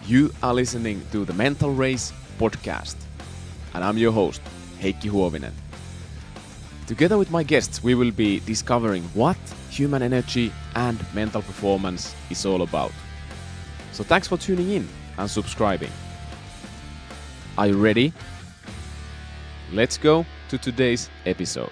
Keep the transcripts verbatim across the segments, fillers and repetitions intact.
You are listening to the Mental Race podcast, and I'm your host, Heikki Huovinen. Together with my guests, we will be discovering what human energy and mental performance is all about. So thanks for tuning in and subscribing. Are you ready? Let's go to today's episode.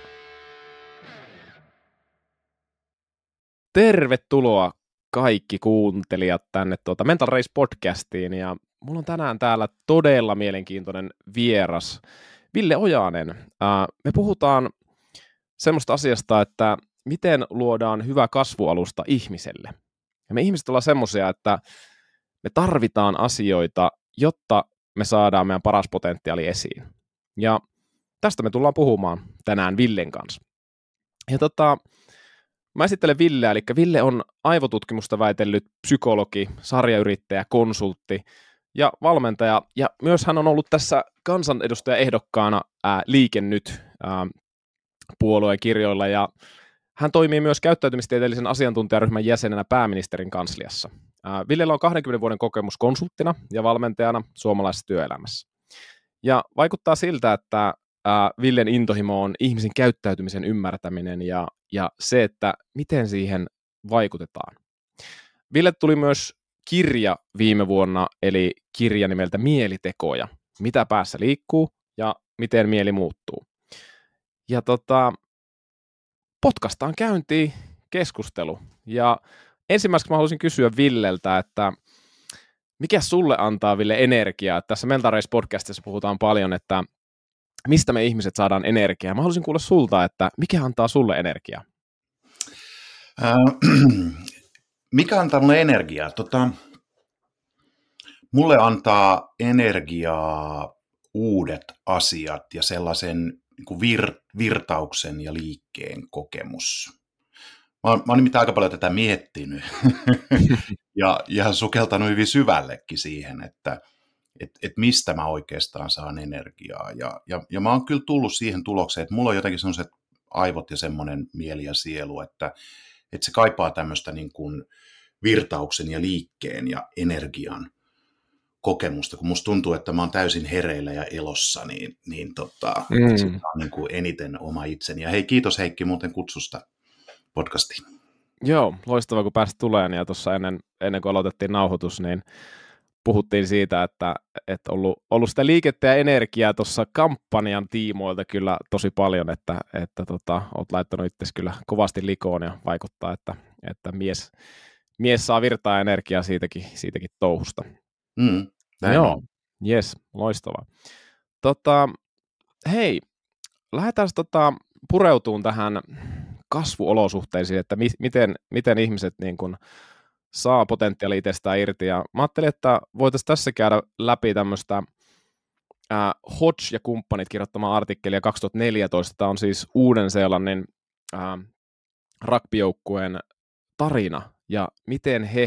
Tervetuloa kaikki kuuntelijat tänne tuota Mental Race podcastiin, ja mulla on tänään täällä todella mielenkiintoinen vieras, Ville Ojanen. Äh, me puhutaan semmoista asiasta, että miten luodaan hyvä kasvualusta ihmiselle. Ja me ihmiset ollaan semmoisia, että me tarvitaan asioita, jotta me saadaan meidän paras potentiaali esiin. Ja tästä me tullaan puhumaan tänään Villen kanssa. Ja tota, mä esittelen Villeä, eli Ville on aivotutkimusta väitellyt psykologi, sarjayrittäjä, konsultti ja valmentaja, ja myös hän on ollut tässä kansanedustajaehdokkaana ää, Liike Nyt ää, puolueen kirjoilla, ja hän toimii myös käyttäytymistieteellisen asiantuntijaryhmän jäsenenä pääministerin kansliassa. Ää, Villellä on kahdenkymmenen vuoden kokemus konsulttina ja valmentajana suomalaisessa työelämässä. Ja vaikuttaa siltä, että ää, Villen intohimo on ihmisen käyttäytymisen ymmärtäminen ja, ja se, että miten siihen vaikutetaan. Ville tuli myös kirja viime vuonna, eli kirja nimeltä Mielitekoja. Mitä päässä liikkuu ja miten mieli muuttuu. Ja tota, potkastaan käyntiin keskustelu. Ja ensimmäiseksi mä haluaisin kysyä Villeltä, että mikä sulle antaa, Ville, energiaa? Tässä Mental Race podcastissa puhutaan paljon, että mistä me ihmiset saadaan energiaa. Mä haluaisin kuulla sulta, että mikä antaa sulle energiaa? Äh, mikä antaa mulle energiaa? Tota, mulle antaa energiaa uudet asiat ja sellaisen niin kuin vir, virtauksen ja liikkeen kokemus. Mä oon, mä oon nimittäin aika paljon tätä miettinyt ja, ja sukeltanut hyvin syvällekin siihen, että et, et mistä mä oikeastaan saan energiaa. Ja, ja, ja mä oon kyllä tullut siihen tulokseen, että mulla on jotenkin sellaiset aivot ja semmoinen mieli ja sielu, että, että se kaipaa tämmöistä niin kuin virtauksen ja liikkeen ja energian kokemusta, kun musta tuntuu, että mä oon täysin hereillä ja elossa, niin, niin, tota, mm. se on niin kuin eniten oma itseni. Ja hei, kiitos Heikki muuten kutsusta podcastiin. Joo, loistavaa kun pääsit tulemaan, ja tuossa ennen, ennen kuin aloitettiin nauhoitus, niin puhuttiin siitä, että, että ollut, ollut sitä liikettä ja energiaa tuossa kampanjan tiimoilta kyllä tosi paljon, että, että tota, olet laittanut itse kyllä kovasti likoon ja vaikuttaa, että, että mies, mies saa virtaa energiaa siitäkin, siitäkin touhusta. Mm, Joo, jes, loistavaa. Tota, hei, lähdetään tota, pureutumaan tähän kasvuolosuhteisiin, että mi- miten, miten ihmiset niin kun saa potentiaalia itsestään irti. Ja mä ajattelin, että voitaisiin tässä käydä läpi tämmöistä äh, Hodge ja kumppanit kirjoittamaa artikkelia kaksituhattaneljätoista. Tämä on siis Uuden-Seelannin äh, rugbyjoukkueen tarina ja miten he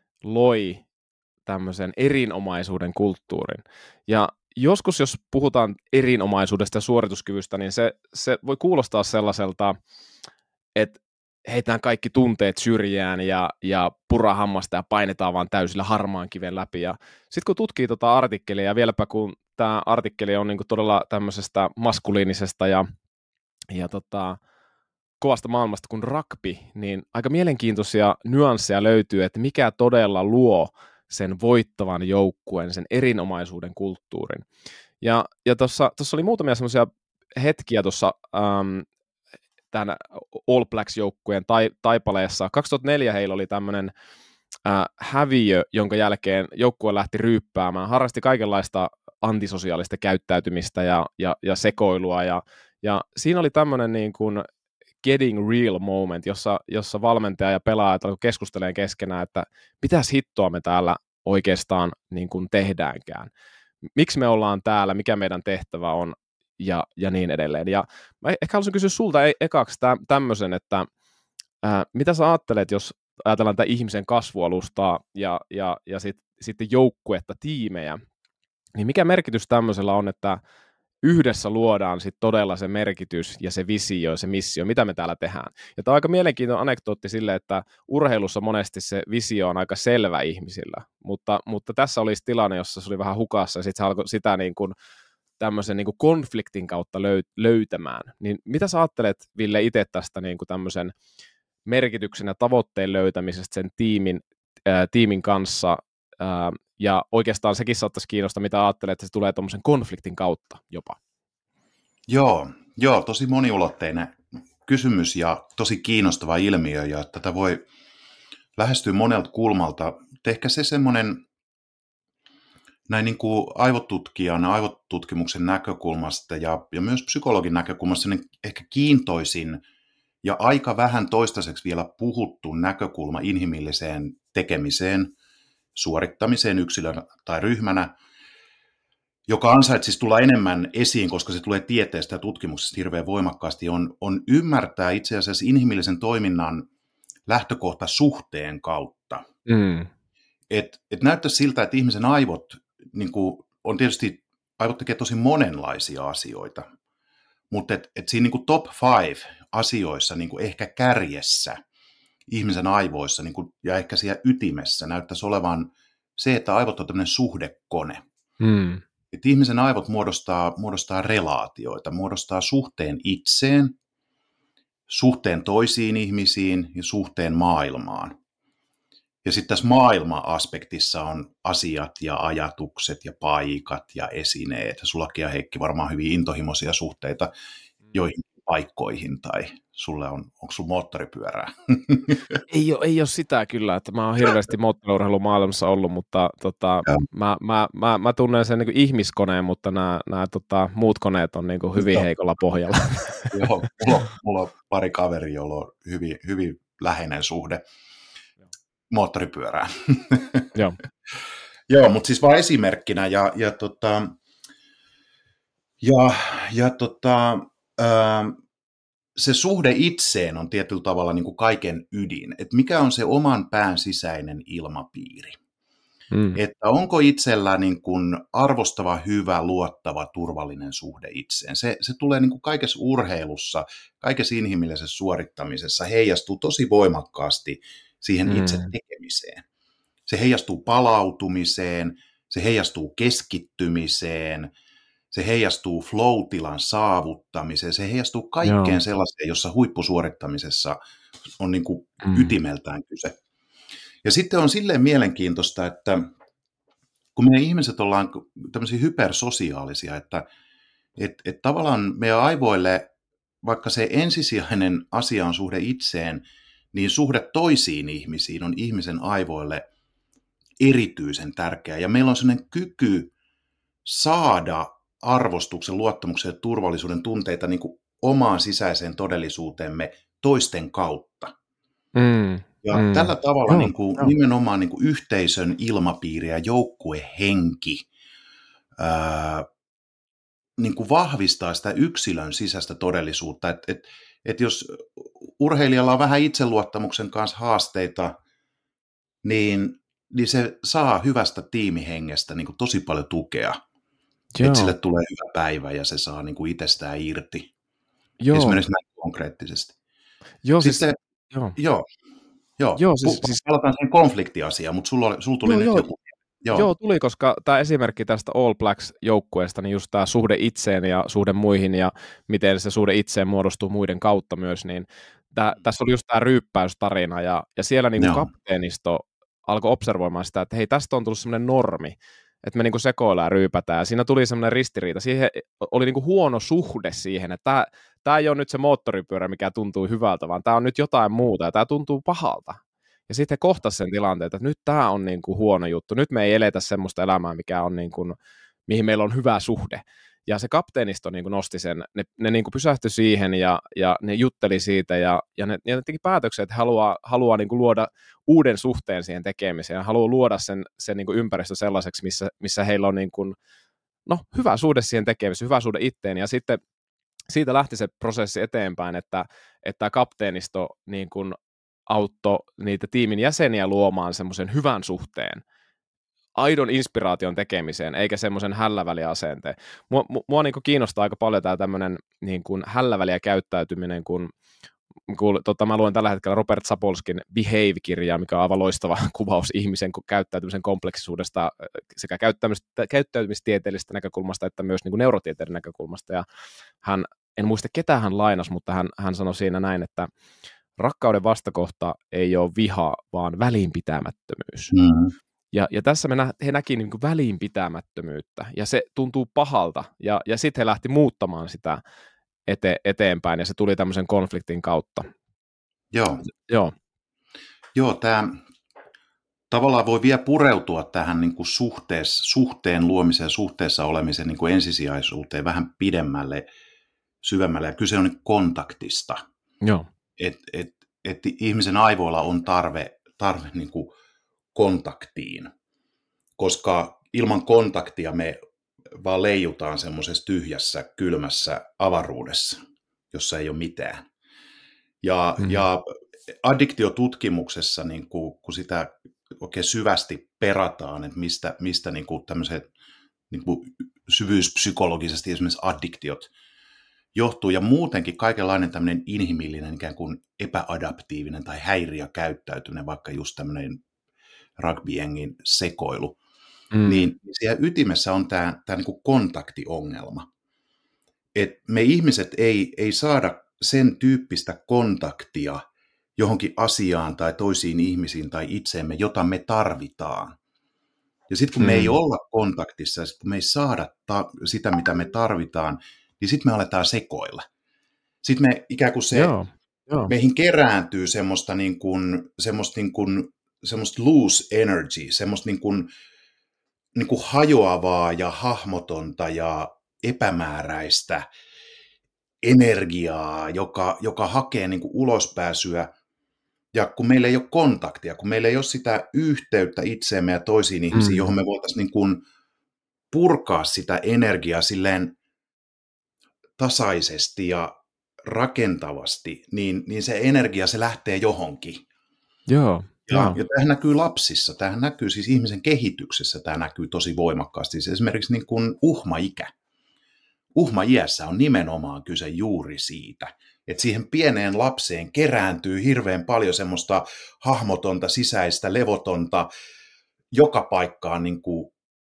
loi tämmöisen erinomaisuuden kulttuurin. Ja joskus, jos puhutaan erinomaisuudesta ja suorituskyvystä, niin se, se voi kuulostaa sellaiselta, että heitetään kaikki tunteet syrjään ja, ja pura hammasta ja painetaan vaan täysillä harmaan kiven läpi. Ja sitten kun tutkii tota artikkelia, ja vieläpä kun tämä artikkeli on niinku todella tämmöisestä maskuliinisesta ja, ja tota, kovasta maailmasta kuin rugby, niin aika mielenkiintoisia nyansseja löytyy, että mikä todella luo sen voittavan joukkueen, sen erinomaisuuden kulttuurin. Ja, ja tuossa oli muutamia semmoisia hetkiä tuossa ähm, tämän All Blacks-joukkueen tai, taipaleessa. kaksituhattaneljä heillä oli tämmöinen äh, häviö, jonka jälkeen joukkue lähti ryyppäämään, harrasti kaikenlaista antisosiaalista käyttäytymistä ja, ja, ja sekoilua, ja, ja siinä oli tämmöinen niin kuin getting real moment, jossa, jossa valmentaja ja pelaajat alkoi keskustelemaan keskenään, että mitäs hittoa me täällä oikeastaan niin kuin tehdäänkään. Miksi me ollaan täällä, mikä meidän tehtävä on, ja, ja niin edelleen. Ja mä ehkä haluaisin kysyä sulta e- ekaksi tä- tämmöisen, että ää, mitä sä ajattelet, jos ajatellaan tätä ihmisen kasvualustaa ja, ja, ja sit, sitten joukkuetta, tiimejä, niin mikä merkitys tämmöisellä on, että yhdessä luodaan sit todella se merkitys ja se visio ja se missio, mitä me täällä tehdään. Ja tämä on aika mielenkiintoinen anekdootti sille, että urheilussa monesti se visio on aika selvä ihmisillä, mutta, mutta tässä olisi tilanne, jossa se oli vähän hukassa ja sitten se alkoi sitä niin kuin tämmöisen niin kuin konfliktin kautta löytämään. Niin mitä sä ajattelet, Ville, itse tästä niin kuin tämmöisen merkityksen ja tavoitteen löytämisestä sen tiimin, ää, tiimin kanssa, ää, ja oikeastaan sekin saattaisi kiinnostaa, mitä ajattelet, että se tulee tuommoisen konfliktin kautta jopa. Joo, joo, tosi moniulotteinen kysymys ja tosi kiinnostava ilmiö, ja tätä voi lähestyä monelta kulmalta. Ehkä se semmoinen näin niin kuin aivotutkijan, aivotutkimuksen näkökulmasta ja, ja myös psykologin näkökulmasta ehkä kiintoisin ja aika vähän toistaiseksi vielä puhuttu näkökulma inhimilliseen tekemiseen, suorittamiseen yksilönä tai ryhmänä, joka ansaitsisi tulla enemmän esiin, koska se tulee tieteestä ja tutkimuksesta hirveän voimakkaasti, on, on ymmärtää itse asiassa inhimillisen toiminnan lähtökohta suhteen kautta. Mm. Et, et näyttää siltä, että ihmisen aivot, niin kuin, on tietysti, aivot tekee tosi monenlaisia asioita, mutta et, et siinä niin kuin top five asioissa niin kuin ehkä kärjessä ihmisen aivoissa niin kuin, ja ehkä siellä ytimessä näyttäisi olevan se, että aivot on tämmöinen suhdekone. Mm. Että ihmisen aivot muodostaa, muodostaa relaatioita, muodostaa suhteen itseen, suhteen toisiin ihmisiin ja suhteen maailmaan. Ja sitten tässä maailma-aspektissa on asiat ja ajatukset ja paikat ja esineet. Sullakin ja Heikki varmaan hyvin intohimoisia suhteita joihin paikkoihin, tai sulle on, onko sulla moottoripyörää? Ei ole, ei ole sitä kyllä, että mä oon hirveästi moottoriurheilumaailmassa ollut, mutta tota, mä, mä, mä, mä tunnen sen niin kuin ihmiskoneen, mutta nämä, nämä tota, muut koneet on niin kuin hyvin no. heikolla pohjalla. Joo, mulla on, mulla on pari kaveria, jolla on hyvin, hyvin läheinen suhde moottoripyörään. Joo. Joo, mutta siis vaan esimerkkinä, ja, ja, tota, ja, ja tota, ää, se suhde itseen on tietyllä tavalla niin kuin kaiken ydin, että mikä on se oman pään sisäinen ilmapiiri. Mm. Että onko itsellä niin kuin arvostava, hyvä, luottava, turvallinen suhde itseen. Se, se tulee niin kuin kaikessa urheilussa, kaikessa inhimillisessä suorittamisessa heijastuu tosi voimakkaasti siihen mm. itse tekemiseen. Se heijastuu palautumiseen, se heijastuu keskittymiseen, se heijastuu flow-tilan saavuttamiseen, se heijastuu kaikkeen Joo. sellaiseen, jossa huippusuorittamisessa on niin kuin mm. ytimeltään kyse. Ja sitten on silleen mielenkiintoista, että kun me ihmiset ollaan tämmöisiä hypersosiaalisia, että et, et tavallaan meidän aivoille, vaikka se ensisijainen asia on suhde itseen, niin suhde toisiin ihmisiin on ihmisen aivoille erityisen tärkeä. Ja meillä on sellainen kyky saada arvostuksen, luottamuksen ja turvallisuuden tunteita niin kuin omaan sisäiseen todellisuuteemme toisten kautta. Mm. Ja mm. tällä tavalla no, niin kuin, no. nimenomaan niin kuin yhteisön ilmapiiri ja joukkuehenki ää, niin kuin vahvistaa sitä yksilön sisäistä todellisuutta. Et, et, et jos urheilijalla on vähän itseluottamuksen kanssa haasteita, niin, niin se saa hyvästä tiimihengestä niin kuin tosi paljon tukea. Että sille tulee hyvä päivä ja se saa niin kuin itsestään irti. Joo. Esimerkiksi näin konkreettisesti. Joo, Sitten, siis, joo. joo. Joo, joo siis, siis... palataan siihen konfliktiasiaan, mutta sulla, sulla tuli joo, nyt joo. joku. Joo. joo, tuli, koska tämä esimerkki tästä All Blacks-joukkueesta, niin just tämä suhde itseen ja suhde muihin ja miten se suhde itseen muodostuu muiden kautta myös, niin tää, tässä oli just tämä ryyppäystarina ja, ja siellä niin kuin kapteenisto alkoi observoimaan sitä, että hei, tästä on tullut semmoinen normi, että me niinku sekoillaan ja ryypätään. Siinä tuli semmoinen ristiriita. Siihen oli niinku huono suhde siihen, että tämä, tämä ei ole nyt se moottoripyörä, mikä tuntuu hyvältä, vaan tämä on nyt jotain muuta ja tämä tuntuu pahalta. Ja sitten he kohtasivat sen tilanteen, että nyt tämä on niinku huono juttu. Nyt me ei eletä semmoista elämää, mikä on niinku, mihin meillä on hyvä suhde. Ja se kapteenisto niinku nosti sen, ne, ne niinku pysähtyi siihen ja, ja ne jutteli siitä ja, ja, ne, ja ne teki päätöksen, että haluaa, haluaa niinku luoda uuden suhteen siihen tekemiseen ja haluaa luoda sen, sen niinku ympäristö sellaiseksi, missä, missä heillä on niinku, no, hyvä suhde siihen tekemiseen, hyvä suhde itteen. Ja sitten siitä lähti se prosessi eteenpäin, että, että kapteenisto niinku auttoi niitä tiimin jäseniä luomaan semmoisen hyvän suhteen aidon inspiraation tekemiseen, eikä semmoisen hälläväliasenteen. Mua, mua niin kuin kiinnostaa aika paljon tämä tämmöinen niin kuin hälläväliä käyttäytyminen, kun Kun, tota, mä luen tällä hetkellä Robert Sapolskin Behave-kirjaa, mikä on aivan loistava kuvaus ihmisen käyttäytymisen kompleksisuudesta sekä käyttäytymistieteellisestä näkökulmasta että myös niin kuin neurotieteiden näkökulmasta. Ja hän, en muista ketä hän lainasi, mutta hän, hän sanoi siinä näin, että rakkauden vastakohta ei ole viha, vaan välinpitämättömyys. Mm. Ja, ja tässä me nä, he näki niin kuin välinpitämättömyyttä, ja se tuntuu pahalta, ja, ja sitten he lähti muuttamaan sitä ete, eteenpäin, ja se tuli tämmöisen konfliktin kautta. Joo. Joo. Joo, tämä tavallaan voi vielä pureutua tähän niin kuin suhtees, suhteen luomiseen, suhteessa olemisen niin kuin ensisijaisuuteen vähän pidemmälle, syvemmälle, ja kyse on kontaktista. Joo. Et, et, et ihmisen aivoilla on tarve, tarve niin kuin kontaktiin, koska ilman kontaktia me vaan leijutaan semmoisessa tyhjässä, kylmässä avaruudessa, jossa ei ole mitään. Ja, mm. ja addiktiotutkimuksessa, niin kun, kun sitä oikein syvästi perataan, että mistä, mistä niin kuin tämmöiset niin kuin syvyyspsykologisesti esimerkiksi addiktiot johtuu, ja muutenkin kaikenlainen tämmöinen inhimillinen ikään kuin epäadaptiivinen tai häiriökäyttäytyminen, vaikka just tämmöinen rugby-jengin sekoilu, mm. niin siellä ytimessä on tämä, tämä niin kuin kontaktiongelma. Et me ihmiset ei, ei saada sen tyyppistä kontaktia johonkin asiaan tai toisiin ihmisiin tai itseemme, jota me tarvitaan. Ja sitten kun mm. me ei olla kontaktissa, ja sit kun me ei saada ta- sitä, mitä me tarvitaan, niin sitten me aletaan sekoilla. Sitten me ikään kuin se, Joo, joo. meihin kerääntyy semmoista, niin kuin, semmoista, niin kuin, semmoista loose energy, semmoista niin kuin, niin kuin hajoavaa ja hahmotonta ja epämääräistä energiaa, joka, joka hakee niin kuin ulospääsyä. Ja kun meillä ei ole kontaktia, kun meillä ei ole sitä yhteyttä itseemme ja toisiin ihmisiin, mm. johon me voitaisiin niin kuin purkaa sitä energiaa silleen tasaisesti ja rakentavasti, niin, niin se energia, se lähtee johonkin. Joo. Ja, ja tämähän näkyy lapsissa, tämähän näkyy siis ihmisen kehityksessä, tämä näkyy tosi voimakkaasti. Siis esimerkiksi niin kuin uhmaikä. Uhmaiässä on nimenomaan kyse juuri siitä, että siihen pieneen lapseen kerääntyy hirveän paljon semmoista hahmotonta, sisäistä, levotonta, joka paikkaan niin kuin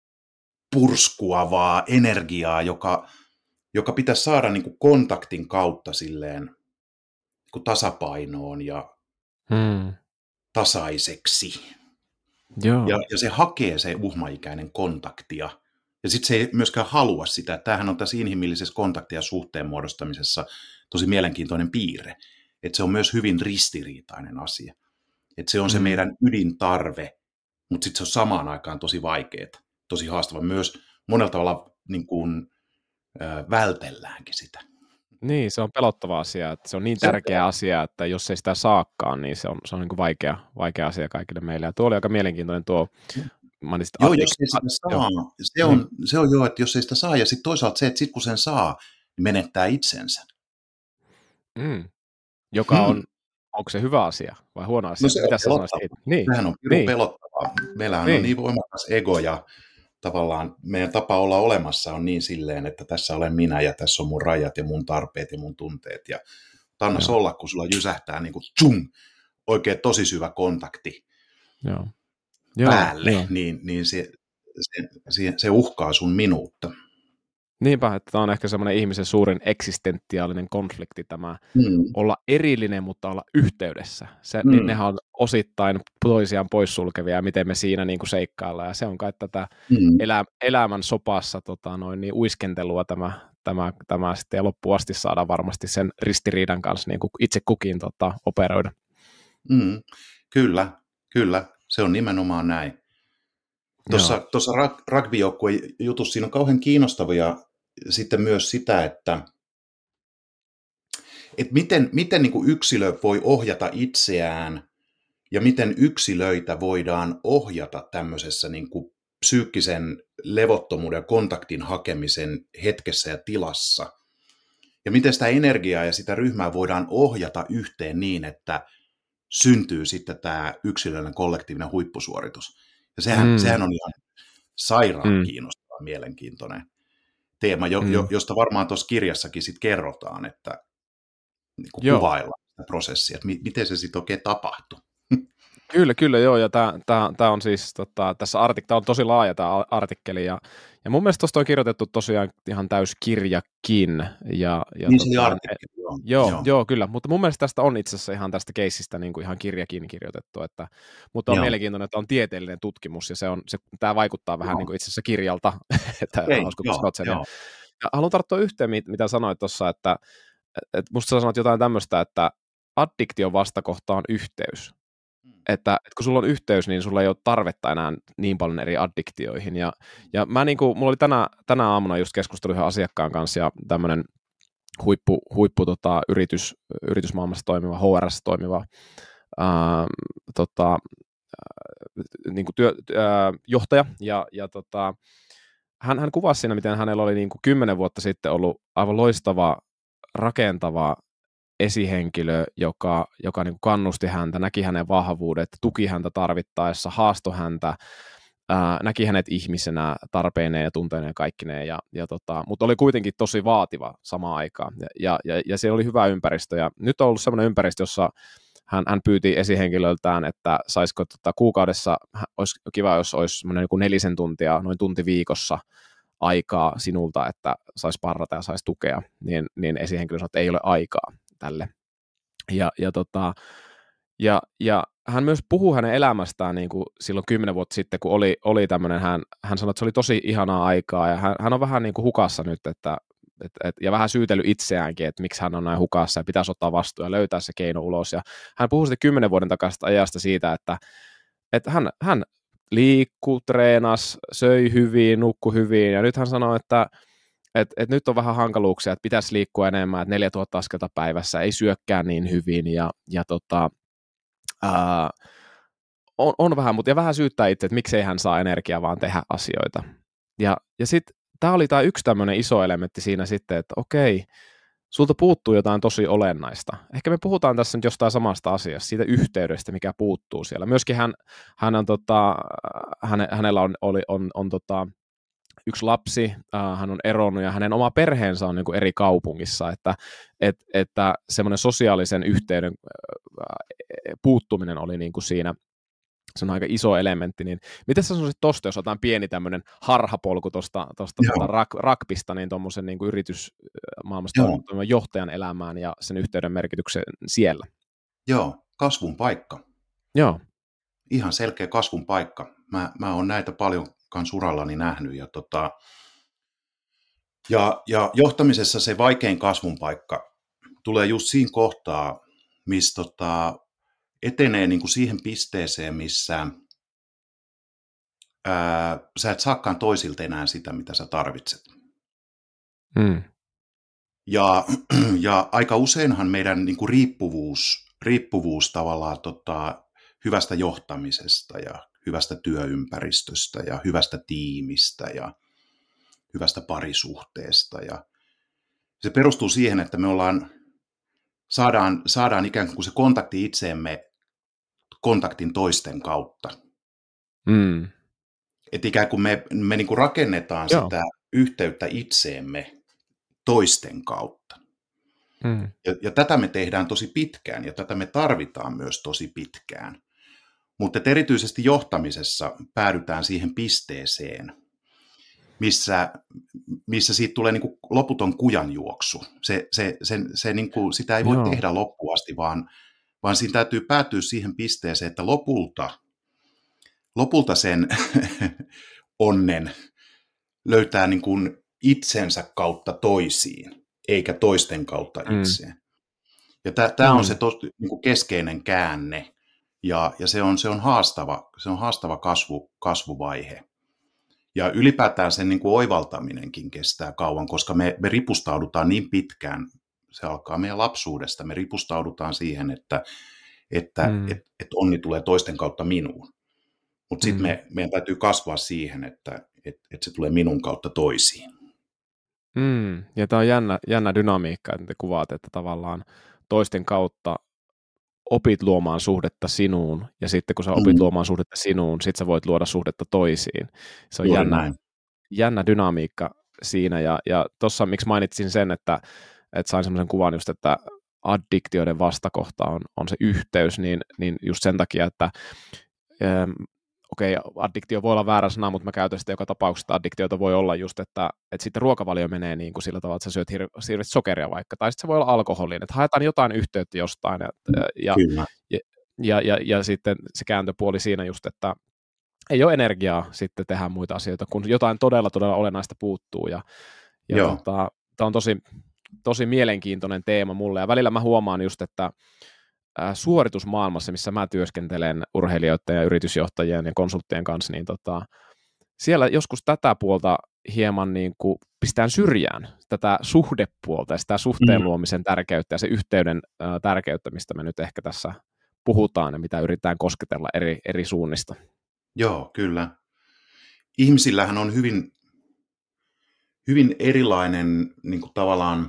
purskuavaa energiaa, joka, joka pitäisi saada niin kuin kontaktin kautta silleen niin kuin tasapainoon ja hmm. tasaiseksi. Joo. Ja, ja se hakee se uhmaikäinen kontaktia. Ja sitten se ei myöskään halua sitä. Tämähän on tässä inhimillisessä kontakti- ja suhteen muodostamisessa tosi mielenkiintoinen piirre. Että se on myös hyvin ristiriitainen asia. Että se on se mm. meidän ydintarve, mutta sitten se on samaan aikaan tosi vaikeaa, tosi haastava. Myös monella tavalla niin kuin, äh, vältelläänkin sitä. Niin, se on pelottava asia. Että se on niin se tärkeä on. asia, että jos ei sitä saakaan, niin se on, se on niin kuin vaikea, vaikea asia kaikille meille. Ja tuo oli aika mielenkiintoinen tuo. Joo, jos ei sitä saa, se on, se on jo, että jos ei sitä saa, ja sitten toisaalta se, että sitten kun sen saa, niin menettää itsensä. Mm. Joka on, hmm. onko se hyvä asia vai huono asia? No se Mitä on pelottavaa. Niin. Sehän on niin. pelottavaa. Meillähän niin. on niin voimakas ego, ja tavallaan meidän tapa olla olemassa on niin silleen, että tässä olen minä, ja tässä on mun rajat, ja mun tarpeet, ja mun tunteet, ja annas olla, kun sulla jysähtää niin kuin tjum, oikein tosi syvä kontakti. Joo. päälle, Joo, niin, niin se, se, se, se uhkaa sun minuutta. Niinpä, että tämä on ehkä semmoinen ihmisen suurin eksistentiaalinen konflikti, tämä mm. olla erillinen, mutta olla yhteydessä. Se, mm. niin nehän on osittain toisiaan poissulkevia, ja miten me siinä niin kuin seikkaillaan, ja se on kai tätä mm. elä, elämän sopassa tota, noin, niin uiskentelua tämä, tämä, tämä sitten, ja loppuun asti saadaan varmasti sen ristiriidan kanssa niin kuin itse kukin tota, operoida. Mm. Kyllä, kyllä. Se on nimenomaan näin. Tuossa, tuossa rugby-joukkueen jutussa siinä on kauhean kiinnostavia sitten myös sitä, että, että miten, miten niin kuin yksilö voi ohjata itseään ja miten yksilöitä voidaan ohjata tämmöisessä niin kuin psyykkisen levottomuuden ja kontaktin hakemisen hetkessä ja tilassa. Ja miten sitä energiaa ja sitä ryhmää voidaan ohjata yhteen niin, että syntyy sitten tämä yksilöllinen kollektiivinen huippusuoritus. Ja sehän, mm. sehän on ihan sairaan Mm. kiinnostava, mielenkiintoinen teema, jo, jo, Mm. josta varmaan tuossa kirjassakin sit kerrotaan, että niin kuin Joo. kuvaillaan sitä prosessia, että mi, miten se sitten oikein tapahtui. Kyllä, kyllä, joo, ja tämä on siis, tota, tässä artik- tää on tosi laaja tämä artikkeli, ja, ja mun mielestä tuosta on kirjoitettu tosiaan ihan täyskirjakin, ja, ja Niin se tota, artikkeli on. joo, Joo. joo, kyllä, mutta mun mielestä tästä on itse asiassa ihan tästä keissistä niin kuin ihan kirjakin kirjoitettu, että, mutta on Joo. mielenkiintoinen, että on tieteellinen tutkimus, ja se on, se, tämä vaikuttaa vähän Joo. niin kuin itse asiassa kirjalta, että Okei, hauska, kun joo, sä oot sen. Ja, joo. ja haluan tarttua yhteen, mit- mitä sanoit tuossa, että, että musta sä sanoit jotain tämmöistä, että addiktion vastakohta on yhteys. Että, että kun sulla on yhteys, niin sulla ei ole tarvetta enää niin paljon eri addiktioihin. Ja, ja mä niin kuin, mulla oli tänä, tänä aamuna just keskustelu yhden asiakkaan kanssa ja tämmöinen huippu, huippu tota, yritys, yritysmaailmassa toimiva, H R S toimiva ää, tota, ää, niin kuin työ, ää, johtaja. Ja, ja tota, hän, hän kuvasi siinä, miten hänellä oli niin kuin kymmenen vuotta sitten ollut aivan loistava, rakentava esihenkilö, joka, joka niin kuin kannusti häntä, näki hänen vahvuudet, tuki häntä tarvittaessa, haastoi häntä, ää, näki hänet ihmisenä, tarpeineen ja tunteineen ja kaikkineen, ja, ja tota, mutta oli kuitenkin tosi vaativa samaan aikaan, ja, ja, ja siellä oli hyvä ympäristö, ja nyt on ollut sellainen ympäristö, jossa hän, hän pyyti esihenkilöltään, että saisiko tota, kuukaudessa, olisi kiva, jos olisi semmoinen nelisen tuntia, noin tunti viikossa, aikaa sinulta, että saisi parrata ja saisi tukea, niin, niin esihenkilö sanoi, että ei ole aikaa tälle. Ja, ja, tota, ja, ja hän myös puhui hänen elämästään niin kuin silloin kymmenen vuotta sitten, kun oli, oli tämmöinen, hän, hän sanoi, että se oli tosi ihanaa aikaa, ja hän, hän on vähän niin kuin hukassa nyt, että, et, et, ja vähän syytellyt itseäänkin, että miksi hän on näin hukassa, ja pitäisi ottaa vastuu ja löytää se keino ulos. Ja hän puhui sitten kymmenen vuoden takaisesta ajasta siitä, että, että hän, hän liikkui, treenasi, söi hyvin, nukkui hyvin, ja nyt hän sanoi, että et, et nyt on vähän hankaluuksia, että pitäisi liikkua enemmän, että neljätuhatta askelta päivässä, ei syökkää niin hyvin, ja, ja tota, ää, on, on vähän, mutta ja vähän syyttää itse, että miksei hän saa energiaa vaan tehdä asioita. Ja, ja sitten tämä oli tämä yksi tämmöinen iso elementti siinä sitten, että okei, sulta puuttuu jotain tosi olennaista. Ehkä me puhutaan tässä nyt jostain samasta asiasta, siitä yhteydestä, mikä puuttuu siellä. Myöskin hän, hän on, tota, häne, hänellä on, oli, on, on tota, yksi lapsi, äh, hän on eronnut ja hänen oma perheensä on niin kuin eri kaupungissa, että, et, että semmoinen sosiaalisen yhteyden äh, puuttuminen oli niin kuin siinä, se on aika iso elementti, niin miten sä sanoisit tosta, jos otetaan pieni tämmöinen harhapolku tuosta tuota rak, rakpista, niin tuommoisen niin kuin yritysmaailmasta toimivan johtajan elämään ja sen yhteyden merkityksen siellä? Joo, kasvun paikka. Joo. Ihan selkeä kasvun paikka. Mä, mä oon näitä paljon kans urallani nähnyt, ja, tota, ja, ja johtamisessa se vaikein kasvun paikka tulee just siinä kohtaa, missä tota, etenee niin kuin siihen pisteeseen, missä ää, sä et saakaan toisilta enää sitä, mitä sä tarvitset. Mm. Ja, ja aika useinhan meidän niin kuin riippuvuus, riippuvuus tavallaan tota, hyvästä johtamisesta ja hyvästä työympäristöstä ja hyvästä tiimistä ja hyvästä parisuhteesta. Ja se perustuu siihen, että me ollaan, saadaan, saadaan ikään kuin se kontakti itseemme kontaktin toisten kautta. Mm. Että ikään kuin me, me niin kuin rakennetaan Joo. sitä yhteyttä itseemme toisten kautta. Mm. Ja, ja tätä me tehdään tosi pitkään, ja tätä me tarvitaan myös tosi pitkään. Mutta erityisesti johtamisessa päädytään siihen pisteeseen, missä, missä siitä tulee niin kuin loputon kujanjuoksu. Se, se, se, se niin kuin, sitä ei voi Joo. tehdä loppuun asti, vaan, vaan siinä täytyy päätyä siihen pisteeseen, että lopulta, lopulta sen onnen löytää niin kuin itsensä kautta toisiin, eikä toisten kautta itseen. Mm. Ja tämä mm. on se tos, niin kuin keskeinen käänne, ja, ja se, on, se on haastava, se on haastava kasvu, kasvuvaihe. Ja ylipäätään sen niin kuin oivaltaminenkin kestää kauan, koska me, me ripustaudutaan niin pitkään, se alkaa meidän lapsuudesta, me ripustaudutaan siihen, että, että mm. et, et onni tulee toisten kautta minuun. Mutta sitten mm. me, meidän täytyy kasvaa siihen, että et, et se tulee minun kautta toisiin. Mm. Ja tämä on jännä, jännä dynamiikka, että te kuvaat, että tavallaan toisten kautta opit luomaan suhdetta sinuun, ja sitten kun sä opit Mm. luomaan suhdetta sinuun, sit sä voit luoda suhdetta toisiin. Se on Juuri jännä, näin. jännä dynamiikka siinä, ja, ja tuossa miksi mainitsin sen, että, että sain semmoisen kuvan just, että addiktioiden vastakohta on, on se yhteys, niin, niin just sen takia, että ähm, okei, okay, addiktio voi olla väärä sana, mutta mä käytän sitä joka tapauksessa, addiktioita voi olla just, että, että sitten ruokavalio menee niin kuin sillä tavalla, että sä syöt hir- hirveästi sokeria vaikka, tai sitten se voi olla alkoholiin, että haetaan jotain yhteyttä jostain, ja, ja, Kyllä. ja, ja, ja, ja sitten se kääntöpuoli siinä just, että ei ole energiaa sitten tehdä muita asioita, kun jotain todella, todella olennaista puuttuu, ja, ja tota, tämä on tosi, tosi mielenkiintoinen teema mulle, ja välillä mä huomaan just, että suoritusmaailmassa, missä mä työskentelen urheilijoiden ja yritysjohtajien ja konsulttien kanssa, niin tota, siellä joskus tätä puolta hieman niin kuin pistään syrjään, tätä suhdepuolta ja sitä suhteen luomisen tärkeyttä ja se yhteyden ää, tärkeyttä, mistä me nyt ehkä tässä puhutaan ja mitä yritetään kosketella eri, eri suunnista. Joo, kyllä. Ihmisillähän on hyvin, hyvin erilainen niin kuin tavallaan,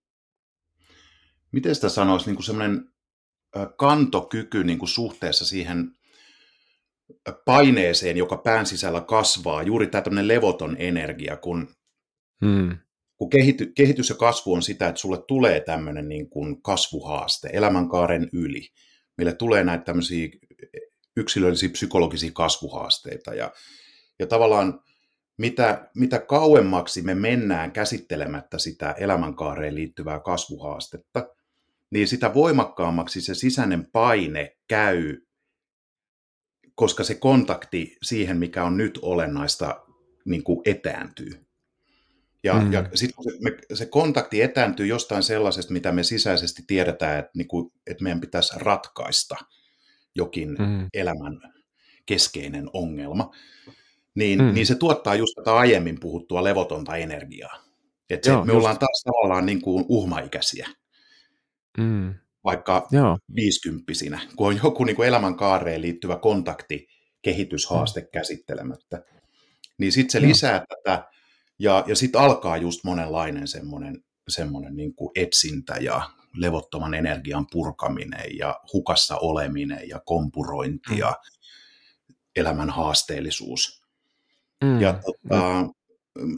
miten sitä sanoisi, niin kuin semmoinen kantokyky niin kuin suhteessa siihen paineeseen, joka pään sisällä kasvaa, juuri tämä tämmöinen levoton energia, kun, Hmm. kun kehity, kehitys ja kasvu on sitä, että sulle tulee tämmöinen niin kuin kasvuhaaste elämänkaaren yli. Meille tulee näitä tämmöisiä yksilöllisiä psykologisia kasvuhaasteita, ja, ja tavallaan mitä, mitä kauemmaksi me mennään käsittelemättä sitä elämänkaareen liittyvää kasvuhaastetta, niin sitä voimakkaammaksi se sisäinen paine käy, koska se kontakti siihen, mikä on nyt olennaista, niin kuin etääntyy. Ja, mm. ja sitten kun se, me, se kontakti etääntyy jostain sellaisesta, mitä me sisäisesti tiedetään, että, niin kuin, että meidän pitäisi ratkaista jokin mm. elämän keskeinen ongelma, niin, mm. niin se tuottaa just tätä aiemmin puhuttua levotonta energiaa. Että Joo, me just. ollaan taas tavallaan niin kuin uhmaikäisiä. Mm. Vaikka Joo. viisikymppisinä, kun on joku niin kuin elämänkaareen liittyvä kontakti, kehityshaaste mm. käsittelemättä, niin sitten se Joo. lisää tätä, ja, ja sitten alkaa just monenlainen semmoinen, semmoinen niin kuin etsintä ja levottoman energian purkaminen ja hukassa oleminen ja kompurointi mm. ja elämän haasteellisuus. Mm. Ja tota, mm.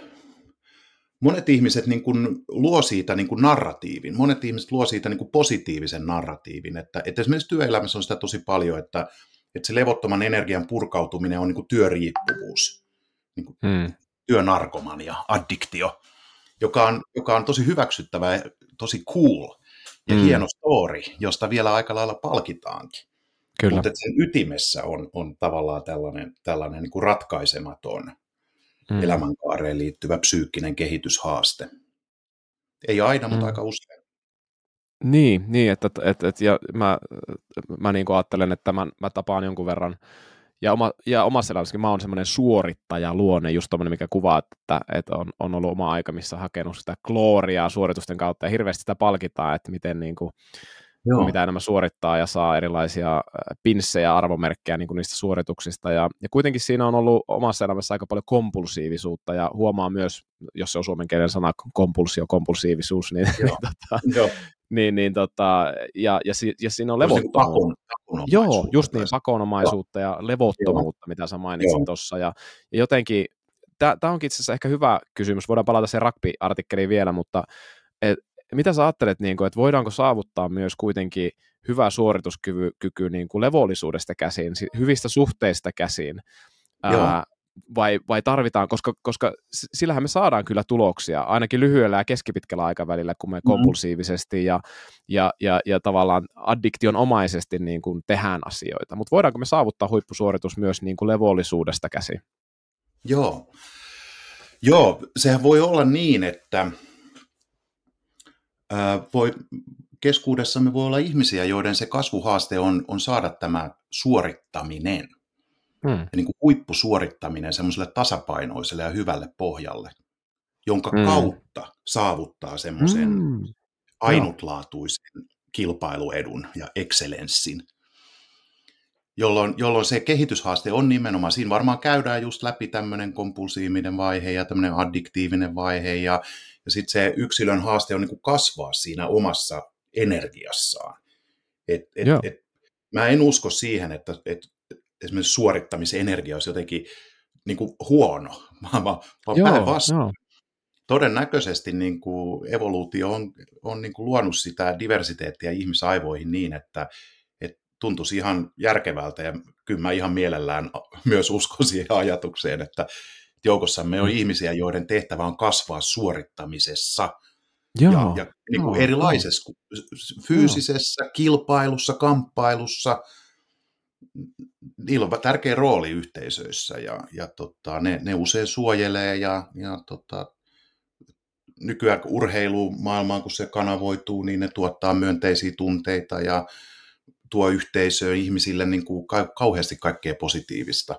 monet ihmiset niin kuin luo siitä niin kuin narratiivin, monet ihmiset luo siitä niin kuin positiivisen narratiivin, että, että esimerkiksi työelämässä on sitä tosi paljon, että, että se levottoman energian purkautuminen on niin kuin työriippuvuus, niin kuin hmm. työnarkomania, addiktio, joka on, joka on tosi hyväksyttävä ja tosi cool ja hmm. hieno story, josta vielä aika lailla palkitaankin. Kyllä. Mutta sen ytimessä on, on tavallaan tällainen, tällainen niin kuin ratkaisematon Mm. elämänkaareen liittyvä psyykkinen kehityshaaste. Ei aina, mm. mutta aika usein. Niin, niin että, että, että ja mä, mä niin kuin ajattelen, että mä, mä tapaan jonkun verran, ja, oma, ja omassa elämässäkin mä oon semmoinen suorittaja luonne, just tommoinen, mikä kuvaa, että, että on, on ollut oma aika, missä hakenut sitä glooriaa suoritusten kautta, ja hirveästi sitä palkitaan, että miten niin kuin, mitä enemmän suorittaa ja saa erilaisia pinssejä, arvomerkkejä niin kuin niistä suorituksista. Ja, ja kuitenkin siinä on ollut omassa elämässä aika paljon kompulsiivisuutta, ja huomaa myös, jos se on suomen kielen sana, kompulsio, kompulsiivisuus, niin, Joo. niin, tota, Joo. niin, niin tota, ja, ja, ja siinä on levottomuutta. Joo, just niin, pakonomaisuutta ja levottomuutta, Joo. mitä sä mainitsit tuossa. Ja, ja jotenkin, tämä onkin itse asiassa ehkä hyvä kysymys, voidaan palata sen rugby-artikkeliin vielä, mutta et, mitä sä ajattelet, niin kuin, että voidaanko saavuttaa myös kuitenkin hyvä suorituskyky kyky, niin kuin levollisuudesta käsin, hyvistä suhteista käsin, ää, vai, vai tarvitaan, koska, koska sillähän me saadaan kyllä tuloksia, ainakin lyhyellä ja keskipitkällä aikavälillä, kun me mm-hmm. kompulsiivisesti ja, ja, ja, ja tavallaan addiktionomaisesti niin kuin tehdään asioita, mutta voidaanko me saavuttaa huippusuoritus myös niin kuin levollisuudesta käsin? Joo. Joo, sehän voi olla niin, että Voi, keskuudessamme voi olla ihmisiä, joiden se kasvuhaaste on, on saada tämä suorittaminen, hmm. ja niin kuin huippusuorittaminen semmoiselle tasapainoiselle ja hyvälle pohjalle, jonka hmm. kautta saavuttaa semmoisen hmm. ainutlaatuisen no. kilpailuedun ja excellenssin, jolloin, jolloin se kehityshaaste on nimenomaan, siinä varmaan käydään just läpi tämmöinen kompulsiivinen vaihe ja tämmöinen addiktiivinen vaihe, ja Ja sitten se yksilön haaste on niin kuin kasvaa siinä omassa energiassaan. Et, et, Joo. et, mä en usko siihen, että et, esimerkiksi suorittamisenergia olisi jotenkin niin kuin huono, vaan, vaan Joo, päinvastoin. joo. Todennäköisesti niin kuin evoluutio on, on niin kuin luonut sitä diversiteettiä ihmisaivoihin niin, että, että tuntuisi ihan järkevältä, ja kyllä mä ihan mielellään myös uskon siihen ajatukseen, että joukossamme on Mm. ihmisiä, joiden tehtävä on kasvaa suorittamisessa ja, Joo, ja niin kuin joo, erilaisessa joo. fyysisessä kilpailussa, kamppailussa. Niillä on tärkeä rooli yhteisöissä, ja, ja tota, ne, ne usein suojelee, ja, ja tota, nykyään urheilumaailmaan, kun se kanavoituu, niin ne tuottaa myönteisiä tunteita ja tuo yhteisöön ihmisille niin kuin kauheasti kaikkea positiivista.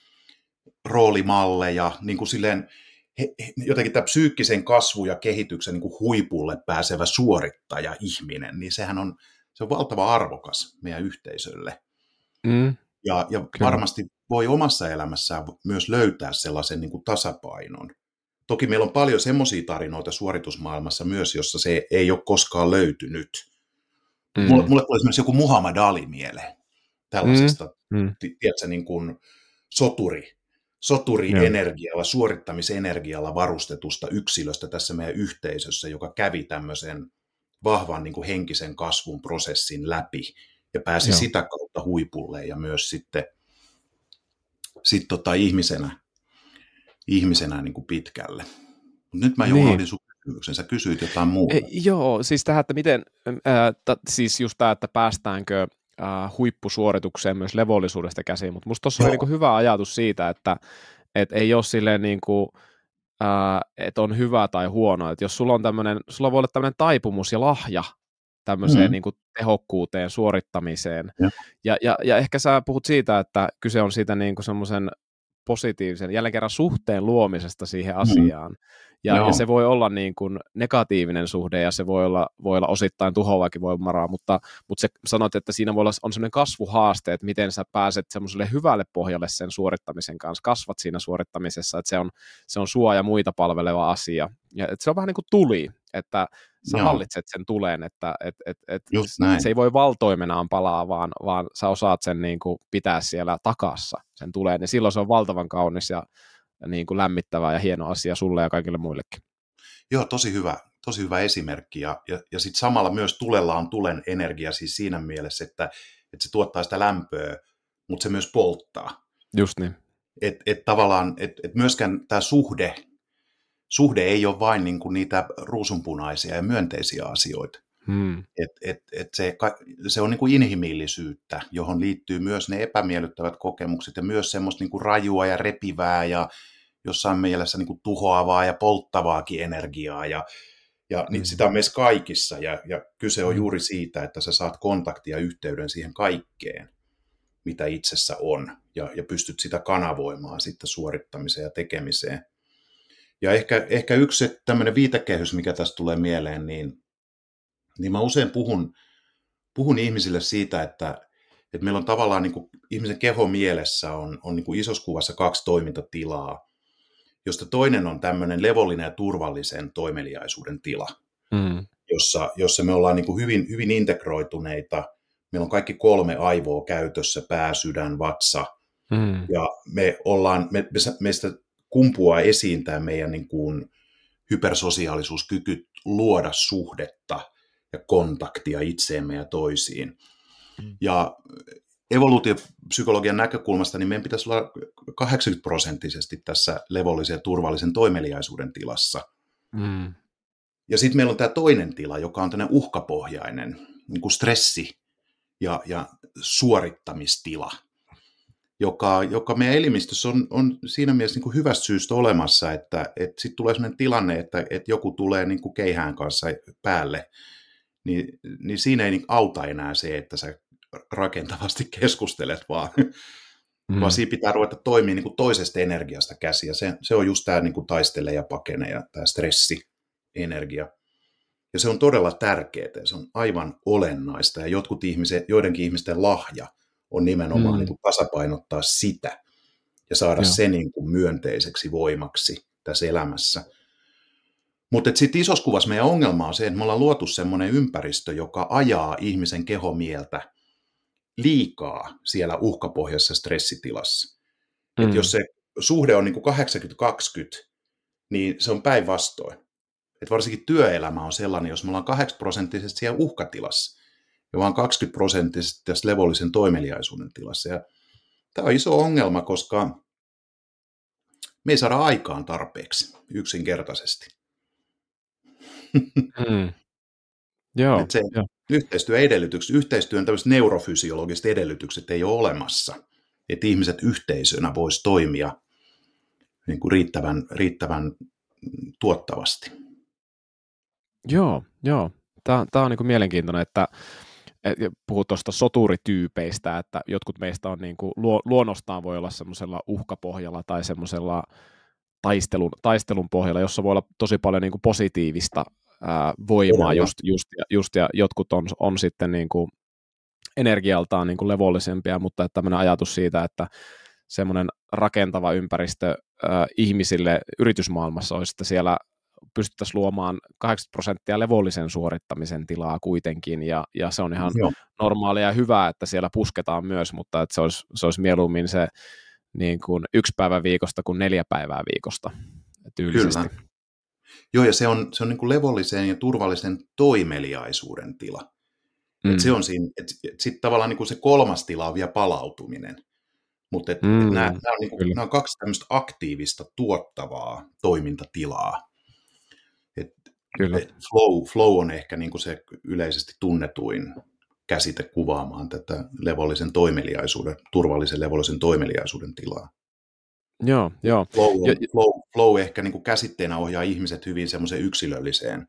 Roolimalleja, niin kuin silleen, he, he, jotenkin tämä psyykkisen kasvu ja kehityksen niin kuin huipulle pääsevä suorittaja ihminen, niin sehän on, se on valtava arvokas meidän yhteisölle. Mm. Ja, ja Kyllä. varmasti voi omassa elämässään myös löytää sellaisen niin kuin tasapainon. Toki meillä on paljon semmoisia tarinoita suoritusmaailmassa myös, jossa se ei ole koskaan löytynyt. Mm. Mulle, mulle tulee esimerkiksi joku Muhammad Ali mieleen tällaisesta, Mm. Mm. tiedätkö, niin kuin soturi, soturienergialla, suorittamisenergialla varustetusta yksilöstä tässä meidän yhteisössä, joka kävi tämmöisen vahvan niin kuin henkisen kasvun prosessin läpi ja pääsi Joo. sitä kautta huipulle ja myös sitten sit tota ihmisenä, ihmisenä niin kuin pitkälle. Nyt mä jo Niin. unohdin sun kysymyksen, sä kysyit jotain muuta. E, joo, siis tähän, että miten, äh, t- siis just tämä, että päästäänkö äh, huippusuoritukseen myös levollisuudesta käsin, mutta musta tuossa oli niinku hyvä ajatus siitä, että et ei ole silleen niinku, äh, että on hyvä tai huono, että jos sulla on tämmöinen, sulla voi olla tämmöinen taipumus ja lahja tämmöiseen Mm. niinku tehokkuuteen, suorittamiseen, Ja. ja, ja, ja ehkä sä puhut siitä, että kyse on siitä niinku semmoisen positiivisen, jälleen kerran suhteen luomisesta siihen asiaan. Ja, ja se voi olla niin kuin negatiivinen suhde, ja se voi olla, voi olla osittain tuhoavakin voimaraa, mutta, mutta se sanot, että siinä voi olla on semmoinen kasvuhaaste, että miten sä pääset semmoiselle hyvälle pohjalle sen suorittamisen kanssa, kasvat siinä suorittamisessa, että se on, se on sua ja muita palveleva asia. Ja että se on vähän niin kuin tuli, että sä Joo. hallitset sen tuleen, että et, et, et näin. se ei voi valtoimenaan palaa, vaan, vaan sä osaat sen niin kuin pitää siellä takassa, sen tuleen, ja silloin se on valtavan kaunis ja niin kuin lämmittävä ja hieno asia sulle ja kaikille muillekin. Joo, tosi hyvä, tosi hyvä esimerkki, ja, ja, ja sitten samalla myös tulella on tulen energia siis siinä mielessä, että, että se tuottaa sitä lämpöä, mutta se myös polttaa. Just niin. Että et tavallaan, että et myöskään tämä suhde, suhde ei ole vain niinku niitä ruusunpunaisia ja myönteisiä asioita. Hmm. Et, et, et se, se on niinku inhimillisyyttä, johon liittyy myös ne epämiellyttävät kokemukset ja myös semmoista niinku rajua ja repivää ja jossain mielessä niinku tuhoavaa ja polttavaakin energiaa. Ja, ja Hmm. sitä on meissä kaikissa, ja, ja kyse on Hmm. juuri siitä, että sä saat kontaktia yhteyden siihen kaikkeen, mitä itsessä on, ja, ja pystyt sitä kanavoimaan sitten suorittamiseen ja tekemiseen. Ja ehkä, ehkä yksi tämmöinen viitekehys, mikä tästä tulee mieleen, niin niin mä usein puhun, puhun ihmisille siitä, että, että meillä on tavallaan niin kuin ihmisen keho mielessä on, on niin kuin isossa kuvassa kaksi toimintatilaa, josta toinen on tämmöinen levollinen ja turvallisen toimeliaisuuden tila, Mm. jossa, jossa me ollaan niin kuin hyvin, hyvin integroituneita. Meillä on kaikki kolme aivoa käytössä, pää, sydän, vatsa, Mm. ja me ollaan, me, me, meistä kumpuaa esiin tämä meidän niin kuin hypersosiaalisuuskyky luoda suhdetta ja kontaktia itseemme ja toisiin. Mm. Ja evoluutiopsykologian näkökulmasta niin meidän pitäisi olla kahdeksankymmentä prosenttisesti tässä levollisen ja turvallisen toimeliaisuuden tilassa. Mm. Ja sitten meillä on tämä toinen tila, joka on tämmöinen uhkapohjainen, niin kuin stressi ja, ja suorittamistila, joka, joka meidän elimistössä on, on siinä mielessä niin kuin hyvästä syystä olemassa, että, että sitten tulee sellainen tilanne, että, että joku tulee niin kuin keihään kanssa päälle, niin, niin siinä ei niin auta enää se, että sä rakentavasti keskustelet, vaan, Mm. vaan siinä pitää ruveta toimia niin kuin toisesta energiasta käsin, ja se, se on just tämä niin kuin taistele ja pakene ja tämä stressienergia. Ja se on todella tärkeää, ja se on aivan olennaista, ja jotkut ihmiset, joidenkin ihmisten lahja on nimenomaan Mm. niin kuin tasapainottaa sitä ja saada Joo. se niin kuin myönteiseksi voimaksi tässä elämässä. Mutta sitten isossa kuvassa meidän ongelma on se, että me ollaan luotu semmoinen ympäristö, joka ajaa ihmisen kehomieltä liikaa siellä uhkapohjaisessa stressitilassa. Mm. Että jos se suhde on niin kuin kahdeksankymmentä kaksikymmentä, niin se on päinvastoin. Että varsinkin työelämä on sellainen, jos me ollaan kahdeksankymmentä prosenttisesti siellä uhkatilassa ja vaan kaksikymmentä prosenttisesti tässä levollisen toimeliaisuuden tilassa. Ja tämä on iso ongelma, koska me ei saada aikaan tarpeeksi yksinkertaisesti. Mm. Joo, se jo. yhteistyöedellytykset, yhteistyön tämmöiset neurofysiologiset edellytykset ei ole olemassa, että ihmiset yhteisönä voisi toimia niin kuin riittävän, riittävän tuottavasti. Joo, joo. Tämä, tämä on niin kuin mielenkiintoinen, että puhut tuosta soturityypeistä, että jotkut meistä on niin kuin, luonnostaan voi olla semmoisella uhkapohjalla tai semmoisella taistelun, taistelun pohjalla, jossa voi olla tosi paljon niin kuin positiivista ää, voimaa just, just, just, ja jotkut on, on sitten niin kuin energialtaan niin kuin levollisempia, mutta että tämmöinen ajatus siitä, että semmoinen rakentava ympäristö ää, ihmisille yritysmaailmassa olisi, että siellä pystyttäisiin luomaan kahdeksankymmentä prosenttia levollisen suorittamisen tilaa kuitenkin, ja, ja se on ihan Joo. normaalia ja hyvää, että siellä pusketaan myös, mutta että se olisi, se olisi mieluummin se niin kuin yksi päivä viikosta kuin neljä päivää viikosta tyylisesti. Kyllä. Joo, ja se on, se on niin kuin levollisen ja turvallisen toimeliaisuuden tila. Mm. Et se on siinä, että et sitten tavallaan niin kuin se kolmas tila on vielä palautuminen. Mutta et, mm, et nämä, nämä, on niin kuin, nämä on kaksi tämmöistä aktiivista, tuottavaa toimintatilaa. Et, et flow, flow on ehkä niin kuin se yleisesti tunnetuin käsite kuvaamaan tätä levollisen toimeliaisuuden, turvallisen levollisen toimeliaisuuden tilaa. Joo, joo. Flow, on, flow, flow ehkä niin kuin käsitteenä ohjaa ihmiset hyvin semmoiseen yksilölliseen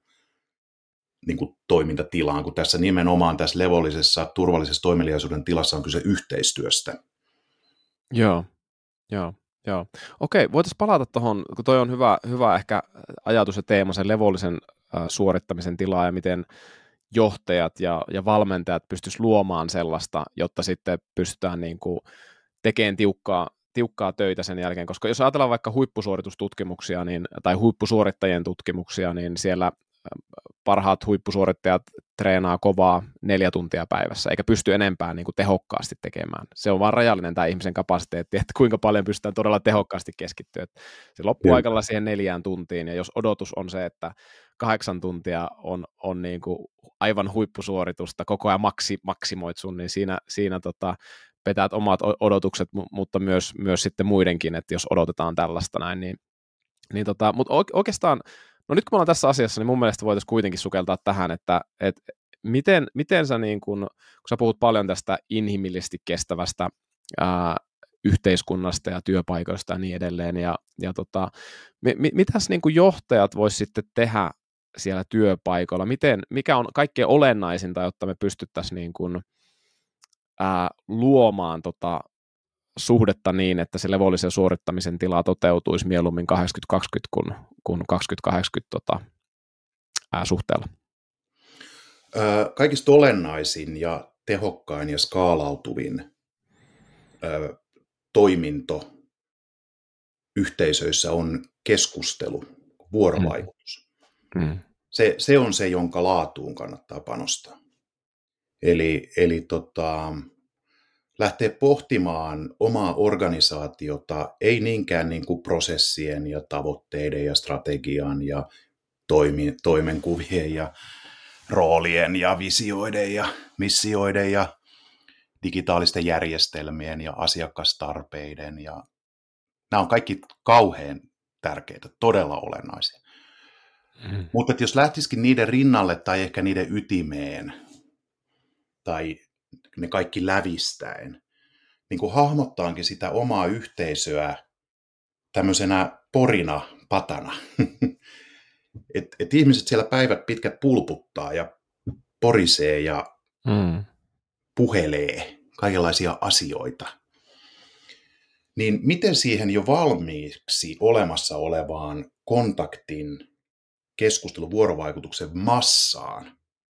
niin kuin toimintatilaan, kun tässä nimenomaan tässä levollisessa turvallisessa toimeliaisuuden tilassa on kyse yhteistyöstä. Joo, joo, joo. Okei, voitaisiin palata tuohon, kun toi on hyvä, hyvä ehkä ajatus ja teema, sen levollisen äh, suorittamisen tilaa ja miten johtajat ja, ja valmentajat pystyisivät luomaan sellaista, jotta sitten pystytään niin kuin tekemään tiukkaa, tiukkaa töitä sen jälkeen, koska jos ajatellaan vaikka huippusuoritustutkimuksia niin, tai huippusuorittajien tutkimuksia, niin siellä parhaat huippusuorittajat treenaa kovaa neljä tuntia päivässä, eikä pysty enempää niin kuin tehokkaasti tekemään. Se on vaan rajallinen tämä ihmisen kapasiteetti, että kuinka paljon pystytään todella tehokkaasti keskittyä. Se loppuu aikalla siihen neljään tuntiin, ja jos odotus on se, että kahdeksan tuntia on, on niin kuin aivan huippusuoritusta, koko ajan maksi, maksimoit sun, niin siinä, siinä tota, petäät omat odotukset, mutta myös, myös sitten muidenkin, että jos odotetaan tällaista näin, niin, niin tota, mutta oikeastaan no nyt kun me ollaan tässä asiassa, niin mun mielestä voitaisiin kuitenkin sukeltaa tähän, että, että miten, miten sä niin kun, kun sä puhut paljon tästä inhimillisesti kestävästä ää, yhteiskunnasta ja työpaikoista ja niin edelleen, ja, ja tota, mi, mitäs niin kun johtajat vois sitten tehdä siellä työpaikoilla, miten, mikä on kaikkein olennaisinta, jotta me pystyttäisiin niin kun, ää, luomaan tota, suhdetta niin, että se levollisen suorittamisen tila toteutuisi mieluummin kahdeksankymmentä kaksikymmentä kuin, kuin kaksikymmentä kahdeksankymmentä tota, ää, suhteella? Ö, kaikista olennaisin ja tehokkain ja skaalautuvin ö, toiminto yhteisöissä on keskustelu, vuorovaikutus. Mm. Mm. Se, se on se, jonka laatuun kannattaa panostaa. Eli, eli tota, lähtee pohtimaan omaa organisaatiota, ei niinkään niin kuin prosessien ja tavoitteiden ja strategian ja toimi, toimenkuvien ja roolien ja visioiden ja missioiden ja digitaalisten järjestelmien ja asiakastarpeiden. Ja nämä on kaikki kauhean tärkeitä, todella olennaisia. Mm. Mutta jos lähtisikin niiden rinnalle tai ehkä niiden ytimeen tai ne kaikki lävistäen, niin kuin hahmottaankin sitä omaa yhteisöä tämmöisenä porina, patana. Että et ihmiset siellä päivät pitkät pulputtaa ja porisee ja mm. puhelee kaikenlaisia asioita. Niin miten siihen jo valmiiksi olemassa olevaan kontaktin, keskustelun, vuorovaikutuksen massaan,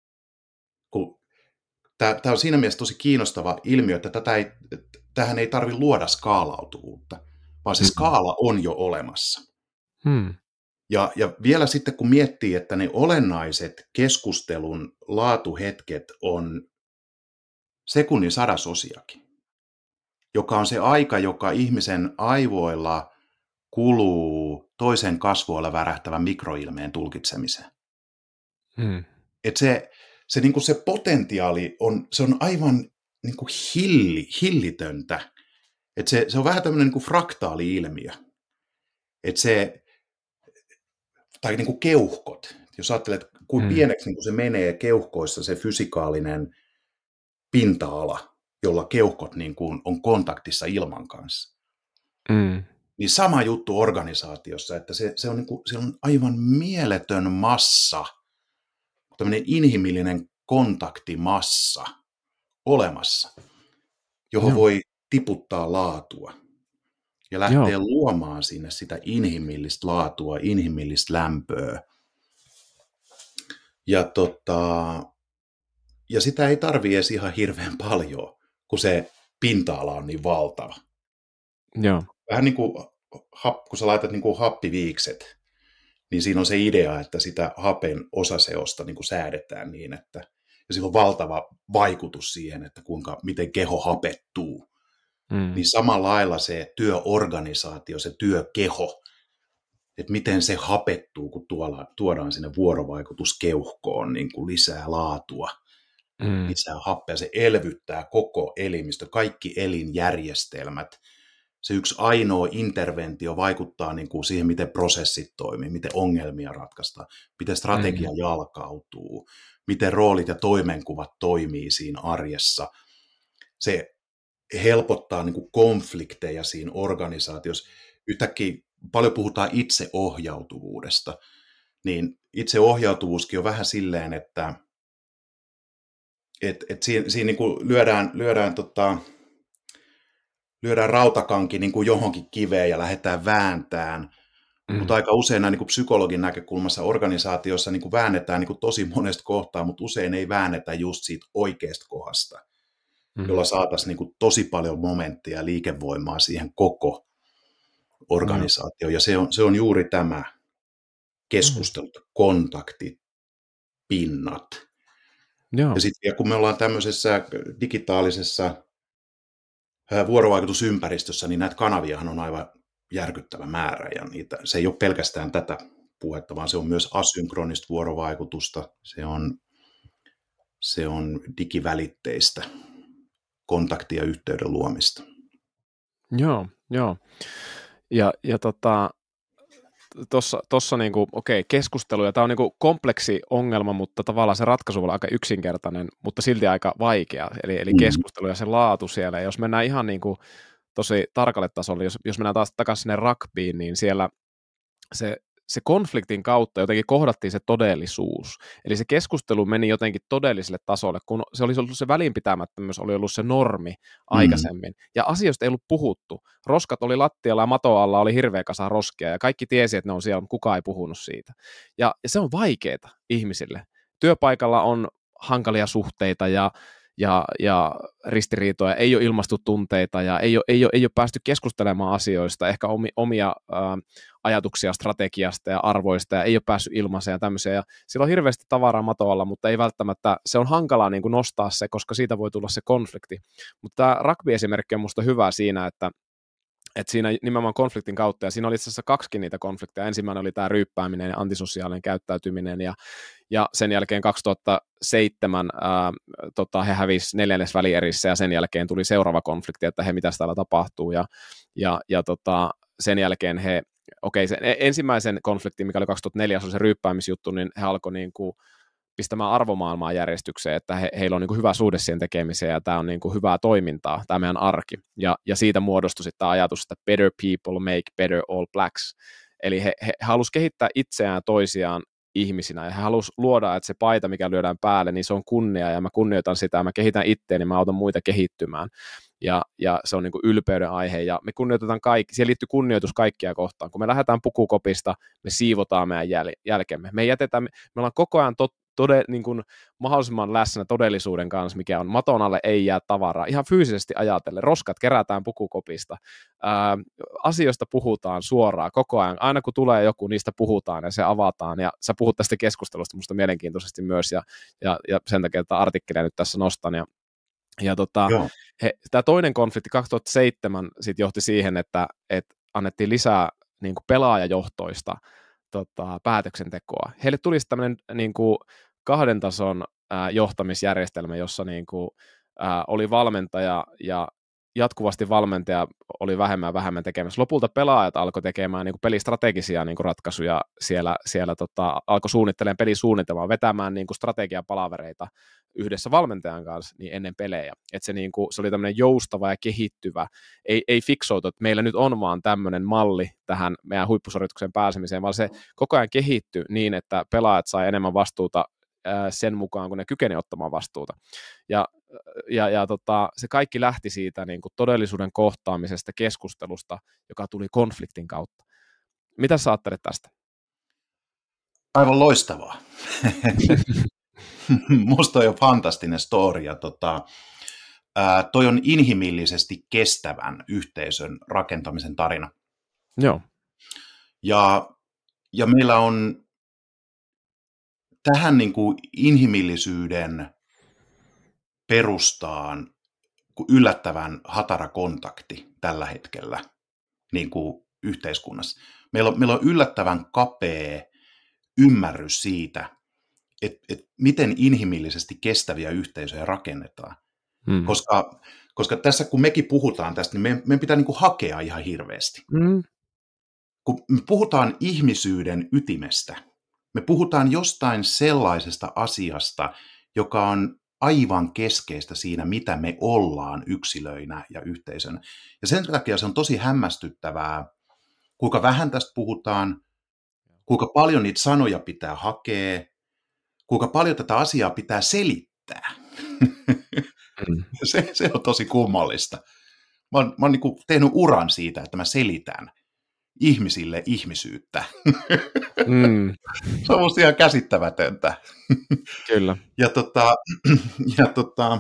kun tämä on siinä mielessä tosi kiinnostava ilmiö, että tätä ei, tähän ei tarvitse luoda skaalautuvuutta, vaan se skaala on jo olemassa. Hmm. Ja, ja vielä sitten kun miettii, että ne olennaiset keskustelun laatuhetket on sekunnin sadasosiakin, joka on se aika, joka ihmisen aivoilla kuluu toisen kasvoilla värähtävän mikroilmeen tulkitsemiseen. Hmm. Et se, se, niin kuin se potentiaali on, se on aivan niin kuin hilli, hillitöntä. Et se, se on vähän tämmöinen niin kuin fraktaali-ilmiö. Et se, tai niin kuin keuhkot. Jos ajattelet, kuin Hmm. pieneksi niin kuin se menee keuhkoissa se fysikaalinen pinta-ala, jolla keuhkot niin kuin on kontaktissa ilman kanssa. Hmm. Niin sama juttu organisaatiossa, että se, se on, niin kuin, se on aivan mieletön massa, tämmöinen inhimillinen kontaktimassa olemassa, johon Joo. voi tiputtaa laatua ja lähteä Joo. luomaan sinne sitä inhimillistä laatua, inhimillistä lämpöä. Ja, tota, ja sitä ei tarvitse edes ihan hirveän paljon, kun se pinta-ala on niin valtava. Joo. Vähän niin kuin, kun sä laitat niin kuin happiviikset, niin siinä on se idea, että sitä hapen osaseosta niin kuin säädetään niin, että ja sillä on valtava vaikutus siihen, että kuinka, miten keho hapettuu. Hmm. Niin samalla lailla se työorganisaatio, se työkeho, että miten se hapettuu, kun tuolla, tuodaan sinne vuorovaikutuskeuhkoon niin kuin lisää laatua, Hmm. lisää happea. Se elvyttää koko elimistö, kaikki elinjärjestelmät. Se yksi ainoa interventio vaikuttaa niin kuin siihen, miten prosessit toimii, miten ongelmia ratkaistaan, miten strategia Hmm. jalkautuu, miten roolit ja toimenkuvat toimii siinä arjessa. Se helpottaa niin kuin konflikteja siinä organisaatiossa. Yhtäkkiä paljon puhutaan itseohjautuvuudesta, niin itseohjautuvuuskin on vähän silleen, että et, et siinä, siinä niin kuin lyödään, lyödään, tota, lyödään rautakanki niin kuin johonkin kiveen ja lähdetään vääntämään, Hmm. mutta aika usein niin kuin psykologin näkökulmassa organisaatiossa niin kuin väännetään niin kuin tosi monesta kohtaa, mutta usein ei väännetä just siitä oikeasta kohdasta, Hmm. jolla saataisiin niin kuin tosi paljon momenttia ja liikevoimaa siihen koko organisaatioon. Ja se on, se on juuri tämä keskustelut, kontaktit, pinnat. Joo. Ja sitten kun me ollaan tämmöisessä digitaalisessa vuorovaikutusympäristössä, niin näitä kanaviahan on aivan järkyttävä määrä. Ja niitä, se ei ole pelkästään tätä puhetta, vaan se on myös asynkronista vuorovaikutusta. Se on, se on digivälitteistä kontakti- ja yhteyden luomista. Joo, joo. Ja, ja tota, tuossa, tuossa niinku, okei, keskustelu, ja tämä on niinku kompleksi ongelma, mutta tavallaan se ratkaisu on aika yksinkertainen, mutta silti aika vaikea, eli, eli keskustelu ja se laatu siellä. Ja jos mennään ihan niinku tosi tarkalle tasolle, jos, jos mennään taas takaisin sinne rugbyin, niin siellä se, se konfliktin kautta jotenkin kohdattiin se todellisuus. Eli se keskustelu meni jotenkin todelliselle tasolle, kun se olisi ollut se välinpitämättömyys, oli ollut se normi aikaisemmin. Mm. Ja asioista ei ollut puhuttu. Roskat oli lattialla ja maton alla oli hirveä kasa roskia, ja kaikki tiesi, että ne on siellä, mutta kukaan ei puhunut siitä. Ja, ja se on vaikeaa ihmisille. Työpaikalla on hankalia suhteita ja Ja, ja ristiriitoja, ei ole ilmastu tunteita ja ei ole, ei ole, ei ole päästy keskustelemaan asioista, ehkä omia ää, ajatuksia strategiasta ja arvoista, ja ei ole päässyt ilmaiseen ja tämmöiseen. Ja sillä on hirveästi tavaraa matoalla, mutta ei välttämättä, se on hankalaa niin kuin nostaa se, koska siitä voi tulla se konflikti. Mutta tämä rugby-esimerkki on musta hyvä siinä, että että siinä nimenomaan konfliktin kautta, ja siinä oli itse asiassa kaksikin niitä konflikteja. Ensimmäinen oli tämä ryyppääminen ja antisosiaalinen käyttäytyminen, ja, ja sen jälkeen kaksituhattaseitsemän ää, tota, he hävisivät neljännes välierissä, ja sen jälkeen tuli seuraava konflikti, että he, mitäs täällä tapahtuu, ja, ja, ja tota, sen jälkeen he, okei, sen ensimmäisen konfliktin, mikä oli kaksituhattaneljä, se oli se ryyppäämisjuttu, niin he alkoi niin kuin pistämään arvomaailmaa järjestykseen, että he, heillä on niin kuin hyvä suhde siihen tekemiseen, ja tämä on niin kuin hyvää toimintaa, tämä meidän arki. Ja, ja siitä muodostui sitten ajatus, että better people make better all blacks. Eli he, he halusivat kehittää itseään ja toisiaan ihmisinä, ja he halusivat luoda, että se paita, mikä lyödään päälle, niin se on kunnia, ja mä kunnioitan sitä, ja mä kehitän itteeni, mä autan muita kehittymään. Ja, ja se on niin kuin ylpeyden aihe, ja me kunnioitetaan kaikki, siihen liittyy kunnioitus kaikkia kohtaan. Kun me lähdetään pukukopista, me siivotaan meidän jäl- jälkemme. Me, jätetään, me ollaan koko ajan tot, tode, niin kuin mahdollisimman läsnä todellisuuden kanssa, mikä on maton alle ei jää tavaraa. Ihan fyysisesti ajatellen, roskat kerätään pukukopista, ää, asioista puhutaan suoraan koko ajan. Aina kun tulee joku, niistä puhutaan ja se avataan. Ja sä puhut tästä keskustelusta musta mielenkiintoisesti myös, ja, ja, ja sen takia tätä artikkelia nyt tässä nostan. Ja, ja tota, tämä toinen konflikti kaksituhattaseitsemän sit johti siihen, että et annettiin lisää niin kuin pelaajajohtoista tota, päätöksentekoa. Heille tulisi tämmöinen niin kuin kahden tason ää, johtamisjärjestelmä, jossa niin kuin, ää, oli valmentaja ja jatkuvasti valmentaja oli vähemmän ja vähemmän tekemässä. Lopulta pelaajat alkoi tekemään niin kuin pelistrategisia niin kuin ratkaisuja siellä, siellä tota, alkoi suunnittelemaan pelisuunnitelmaa, vetämään niin kuin strategiapalavereita yhdessä valmentajan kanssa niin ennen pelejä. Et se, niin kuin, se oli tämmöinen joustava ja kehittyvä, ei, ei fiksoitu, että meillä nyt on vaan tämmöinen malli tähän meidän huippusuoritukseen pääsemiseen, vaan se koko ajan kehittyi niin, että pelaajat sai enemmän vastuuta ää, sen mukaan, kun ne kykeni ottamaan vastuuta. Ja, ja, ja tota, se kaikki lähti siitä niin kuin todellisuuden kohtaamisesta, keskustelusta, joka tuli konfliktin kautta. Mitä sä ajattelet tästä? Aivan loistavaa. Musta on jo fantastinen story. Ja tota, ää, toi on inhimillisesti kestävän yhteisön rakentamisen tarina. Joo. Ja, ja meillä on tähän niin kuin inhimillisyyden perustaan yllättävän hatara kontakti tällä hetkellä niin kuin yhteiskunnassa. Meillä on, meillä on yllättävän kapea ymmärrys siitä, että et miten inhimillisesti kestäviä yhteisöjä rakennetaan. Mm. Koska, koska tässä kun mekin puhutaan tästä, niin meidän, meidän pitää niin kuin hakea ihan hirveästi. Mm. Kun me puhutaan ihmisyyden ytimestä, me puhutaan jostain sellaisesta asiasta, joka on aivan keskeistä siinä, mitä me ollaan yksilöinä ja yhteisönä. Ja sen takia se on tosi hämmästyttävää, kuinka vähän tästä puhutaan, kuinka paljon niitä sanoja pitää hakea, kuinka paljon tätä asiaa pitää selittää. Mm. se, se on tosi kummallista. Mä oon, mä oon niin kuin tehnyt uran siitä, että mä selitän ihmisille ihmisyyttä. Mm. Se on musta ihan käsittämätöntä. Kyllä. Ja, tota, ja, tota,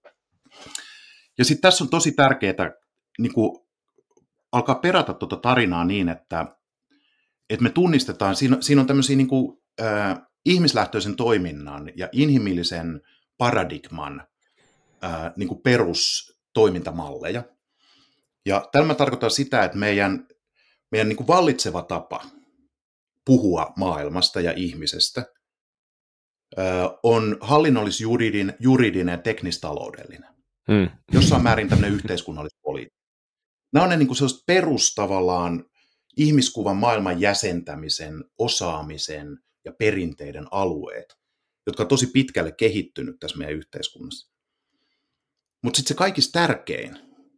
ja sitten tässä on tosi tärkeää niin kuin alkaa perata tuota tarinaa niin, että, että me tunnistetaan, siinä, siinä on tämmöisiä niin kuin, äh, ihmislähtöisen toiminnan ja inhimillisen paradigman äh, niin kuin perustoimintamalleja. Ja tällä tarkoittaa sitä, että meidän, meidän niin kuin vallitseva tapa puhua maailmasta ja ihmisestä äh, on hallinnollis-juridinen juridinen ja teknistaloudellinen. Hmm. Jossain määrin tämmöinen yhteiskunnallis-poliittinen. Nämä on ne niin kuin sellaiset perustavallaan ihmiskuvan maailman jäsentämisen, osaamisen ja perinteiden alueet, jotka on tosi pitkälle kehittynyt tässä meidän yhteiskunnassa. Mutta sitten se kaikista tärkein,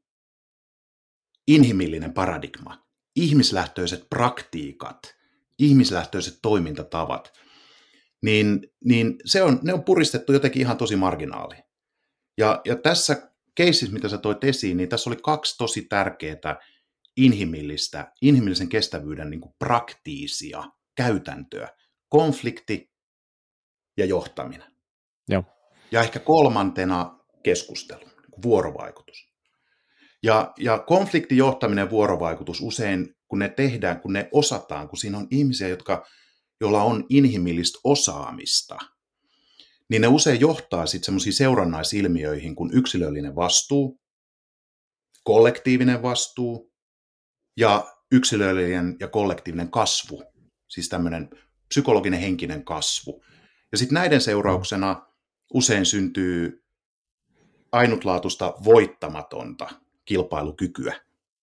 inhimillinen paradigma, ihmislähtöiset praktiikat, ihmislähtöiset toimintatavat, niin, niin se on, ne on puristettu jotenkin ihan tosi marginaaliin. Ja, ja tässä keississä, mitä sä toit esiin, niin tässä oli kaksi tosi tärkeää inhimillistä, inhimillisen kestävyyden niin kuin praktiisia käytäntöä. Konflikti ja johtaminen. Joo. Ja ehkä kolmantena keskustelu, vuorovaikutus. Ja, ja konfliktijohtaminen ja vuorovaikutus usein, kun ne tehdään, kun ne osataan, kun siinä on ihmisiä, jotka, joilla on inhimillistä osaamista, niin ne usein johtaa sitten semmoisiin seurannaisilmiöihin kuin yksilöllinen vastuu, kollektiivinen vastuu ja yksilöllinen ja kollektiivinen kasvu, siis tämmöinen psykologinen henkinen kasvu. Ja sitten näiden seurauksena usein syntyy ainutlaatuista voittamatonta kilpailukykyä.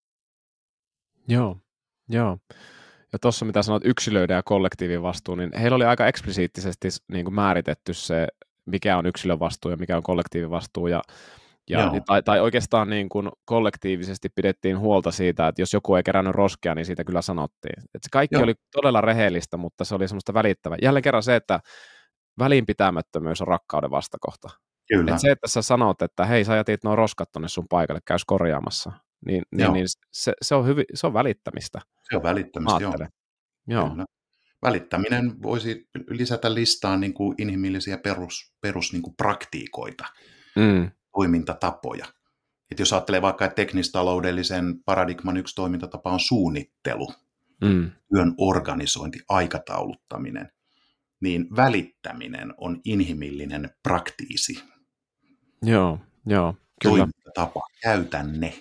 Joo, joo. Ja tuossa mitä sanoit yksilöiden ja kollektiivin vastuu, niin heillä oli aika eksplisiittisesti niin kuin määritetty se, mikä on yksilön vastuu ja mikä on kollektiivin vastuu. Ja, ja, tai, tai oikeastaan niin kuin kollektiivisesti pidettiin huolta siitä, että jos joku ei kerännyt roskia, niin siitä kyllä sanottiin. Että se kaikki Joo. oli todella rehellistä, mutta se oli semmoista välittävää. Jälleen kerran se, että välinpitämättömyys on rakkauden vastakohta. Kyllä. Et se, että sä sanot, että hei, sä jätit nuo roskat tonne sun paikalle, käys korjaamassa, niin, niin, niin se, se, on hyvi, se on välittämistä. Se on välittämistä, joo. joo. Kyllä. Välittäminen voisi lisätä listaan niin kuin inhimillisiä perus, perus niin kuin praktiikoita, Mm. toimintatapoja. Et jos ajattelee vaikka, että teknistaloudellisen paradigman yksi toimintatapa on suunnittelu, Mm. työn organisointi, aikatauluttaminen, niin välittäminen on inhimillinen praktiisi, Joo, joo, kyllä. toimintatapa, käytänne,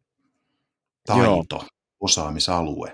Joo, taito, osaamisalue.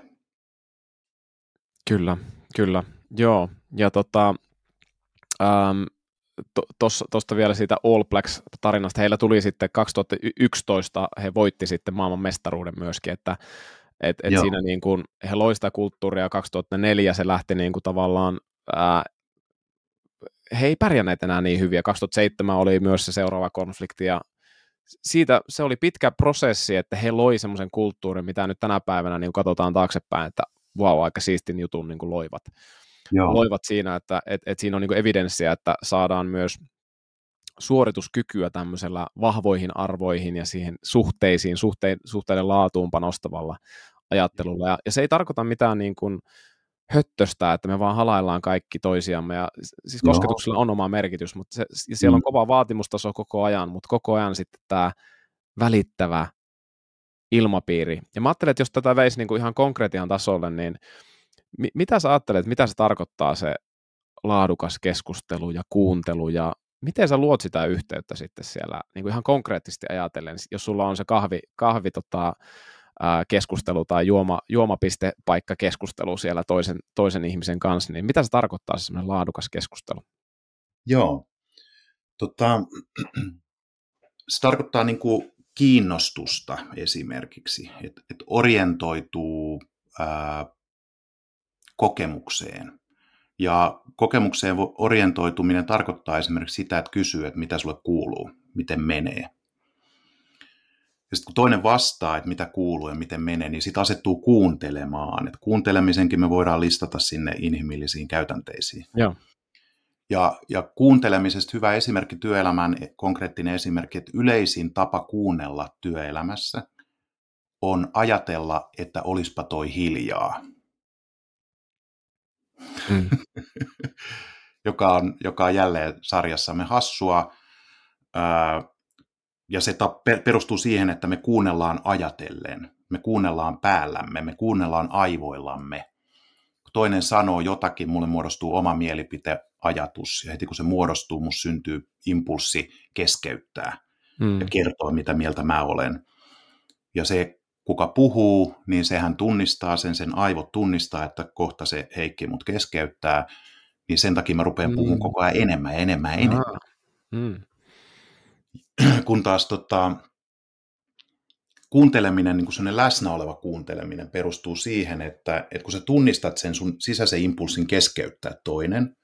kyllä, kyllä. Joo, ja tota, ähm, tuosta vielä siitä All Blacks-tarinasta. Heillä tuli sitten kaksituhattayksitoista, he voitti sitten maailman mestaruuden myöskin, että et, et Joo. siinä niin kuin, he loi sitä kulttuuria kaksituhattaneljä, se lähti niin kuin tavallaan, ää, he ei pärjänneet enää niin hyviä. kaksituhattaseitsemän oli myös se seuraava konflikti, ja siitä se oli pitkä prosessi, että he loi semmoisen kulttuurin, mitä nyt tänä päivänä niin katsotaan taaksepäin, että vau, aika siistin jutun niin kuin loivat. Joo. loivat siinä, että et, et siinä on niin kuin evidenssiä, että saadaan myös suorituskykyä tämmöisellä vahvoihin arvoihin ja siihen suhteisiin, suhte, suhteiden laatuun panostavalla ajattelulla. Ja, ja se ei tarkoita mitään niin kuin höttöstä, että me vaan halaillaan kaikki toisiamme. Ja siis kosketuksella on oma merkitys, mutta se, ja siellä on kova vaatimustaso koko ajan, mutta koko ajan sitten tämä välittävä ilmapiiri. Ja mä ajattelen, että jos tätä veisi niin kuin ihan konkretian tasolle, niin mi- mitä sä ajattelet, mitä se tarkoittaa se laadukas keskustelu ja kuuntelu, ja miten sä luot sitä yhteyttä sitten siellä niin kuin ihan konkreettisesti ajatellen, jos sulla on se kahvi, kahvi tota, ää, keskustelu tai juoma, juomapistepaikka keskustelu siellä toisen, toisen ihmisen kanssa, niin mitä se tarkoittaa se semmoinen laadukas keskustelu? Joo. Tota, se tarkoittaa niin kuin kiinnostusta esimerkiksi, että et orientoituu ää, kokemukseen. Ja kokemukseen orientoituminen tarkoittaa esimerkiksi sitä, että kysyy, että mitä sulle kuuluu, miten menee. Ja sitten kun toinen vastaa, että mitä kuuluu ja miten menee, niin sitten asettuu kuuntelemaan. Että kuuntelemisenkin me voidaan listata sinne inhimillisiin käytänteisiin. Joo. Ja, ja kuuntelemisesta hyvä esimerkki työelämän, konkreettinen esimerkki, että yleisin tapa kuunnella työelämässä on ajatella, että olispa toi hiljaa. Mm. joka, on, joka on jälleen sarjassamme hassua, ää, ja se perustuu siihen, että me kuunnellaan ajatellen, me kuunnellaan päällämme, me kuunnellaan aivoillamme. Kun toinen sanoo jotakin, mulle muodostuu oma mielipite, ajatus, ja heti kun se muodostuu, musta syntyy impulssi keskeyttää mm. ja kertoa, mitä mieltä mä olen. Ja se, kuka puhuu, niin sehän tunnistaa sen, sen aivot tunnistaa, että kohta se Heikki mut keskeyttää, niin sen takia mä rupean mm. puhumaan koko ajan enemmän ja enemmän ja enemmän. Mm. Kun taas tota, kuunteleminen, niin kuin sellainen läsnä oleva kuunteleminen perustuu siihen, että, että kun sä tunnistat sen sun sisäisen impulssin keskeyttää toinen,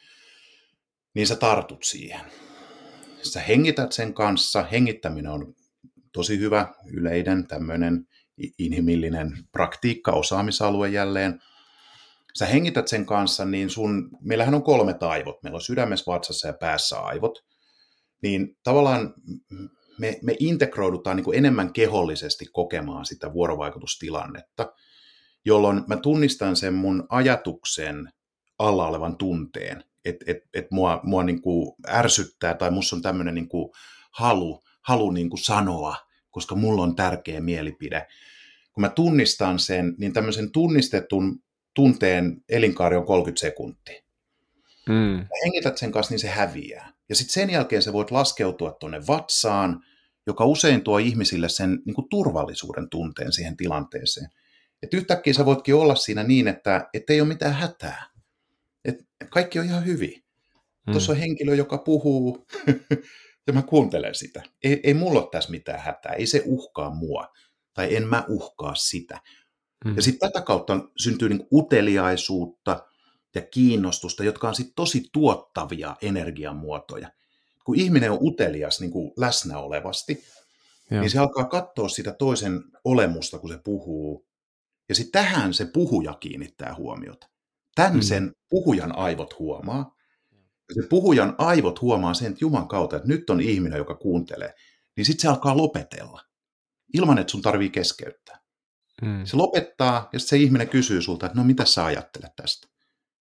niin sä tartut siihen. Sä hengität sen kanssa. Hengittäminen on tosi hyvä, yleinen, tämmöinen inhimillinen praktiikka, osaamisalue jälleen. Sä hengität sen kanssa, niin sun, meillähän on kolmet aivot. Meillä on sydämessä, vatsassa ja päässä aivot. Niin tavallaan me, me integroidutaan niin kuin enemmän kehollisesti kokemaan sitä vuorovaikutustilannetta, jolloin mä tunnistan sen mun ajatuksen alla olevan tunteen, että et, et mua, mua niin kuin ärsyttää tai musta on tämmöinen niin kuin halu, halu niin kuin sanoa, koska mulla on tärkeä mielipide. Kun mä tunnistan sen, niin tämmöisen tunnistetun tunteen elinkaari on kolmekymmentä sekuntia. Mm. Hengität sen kanssa, niin se häviää. Ja sitten sen jälkeen sä voit laskeutua tuonne vatsaan, joka usein tuo ihmisille sen niin kuin turvallisuuden tunteen siihen tilanteeseen. Että yhtäkkiä sä voitkin olla siinä niin, että ei ole mitään hätää. Että kaikki on ihan hyvin. Mm. Tuossa on henkilö, joka puhuu, ja mä kuuntelen sitä. Ei, ei mulla ole tässä mitään hätää. Ei se uhkaa mua. Tai en mä uhkaa sitä. Mm. Ja sitten tätä kautta syntyy niin kuin uteliaisuutta ja kiinnostusta, jotka on sitten tosi tuottavia energiamuotoja. Kun ihminen on utelias niin kuin läsnä olevasti, Joo. niin se alkaa katsoa sitä toisen olemusta, kun se puhuu. Ja sitten tähän se puhuja kiinnittää huomiota. Tän mm. sen puhujan aivot huomaa. Ja se puhujan aivot huomaa sen, että Juman kautta, että nyt on ihminen, joka kuuntelee. Niin sitten se alkaa lopetella, ilman että sun tarvii keskeyttää. Mm. Se lopettaa, ja sitten se ihminen kysyy sulta, että no mitä sä ajattelet tästä?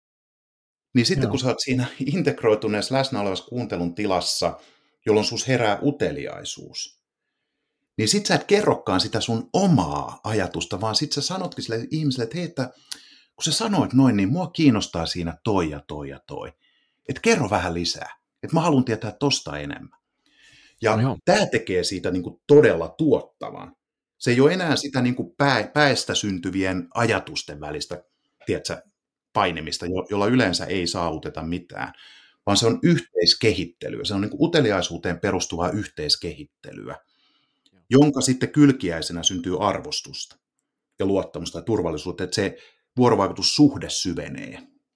niin sitten Joo. kun sä oot siinä integroituneessa läsnä olevassa kuuntelun tilassa, jolloin sus herää uteliaisuus, niin sit sä et kerrokaan sitä sun omaa ajatusta, vaan sit sä sanotkin sille ihmiselle, että hei, että kun sä sanoit noin, niin mua kiinnostaa siinä toi ja toi ja toi. Että kerro vähän lisää. Että mä haluan tietää tosta enemmän. Ja Joo. tämä tekee siitä niin kuin todella tuottavan. Se ei ole enää sitä niin kuin pää, päästä syntyvien ajatusten välistä, tiedätkö, painimista, jo, jolla yleensä ei saavuteta mitään, vaan se on yhteiskehittelyä. Se on niin kuin uteliaisuuteen perustuvaa yhteiskehittelyä, jonka sitten kylkiäisenä syntyy arvostusta ja luottamusta ja turvallisuutta, että se vuorovaikutussuhde syvenee.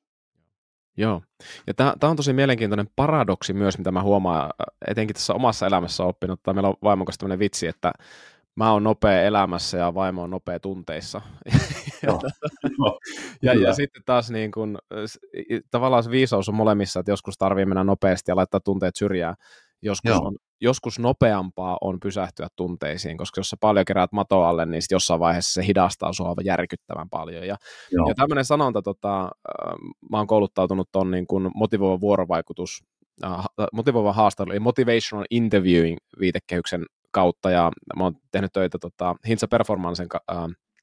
Joo, ja tämä on tosi mielenkiintoinen paradoksi myös, mitä mä huomaan, etenkin tässä omassa elämässä oppinut, tai meillä on vaimon kanssa tämmöinen vitsi, että mä oon nopea elämässä ja vaimo on nopea tunteissa. Joo, joo, ja, ja sitten taas niin kun, tavallaan se viisaus on molemmissa, että joskus tarvii mennä nopeasti ja laittaa tunteet syrjään. Joskus, on, joskus nopeampaa on pysähtyä tunteisiin, koska jos sä paljon keräät matoa alle, niin sit jossain vaiheessa se hidastaa sua järkyttävän paljon. Ja, ja tämmöinen sanonta, tota, mä oon kouluttautunut ton niin kun motivoiva vuorovaikutus, äh, motivoiva haastelu, eli motivational interviewing viitekehyksen kautta, ja mä oon tehnyt töitä tota, Hintsa Performancen äh,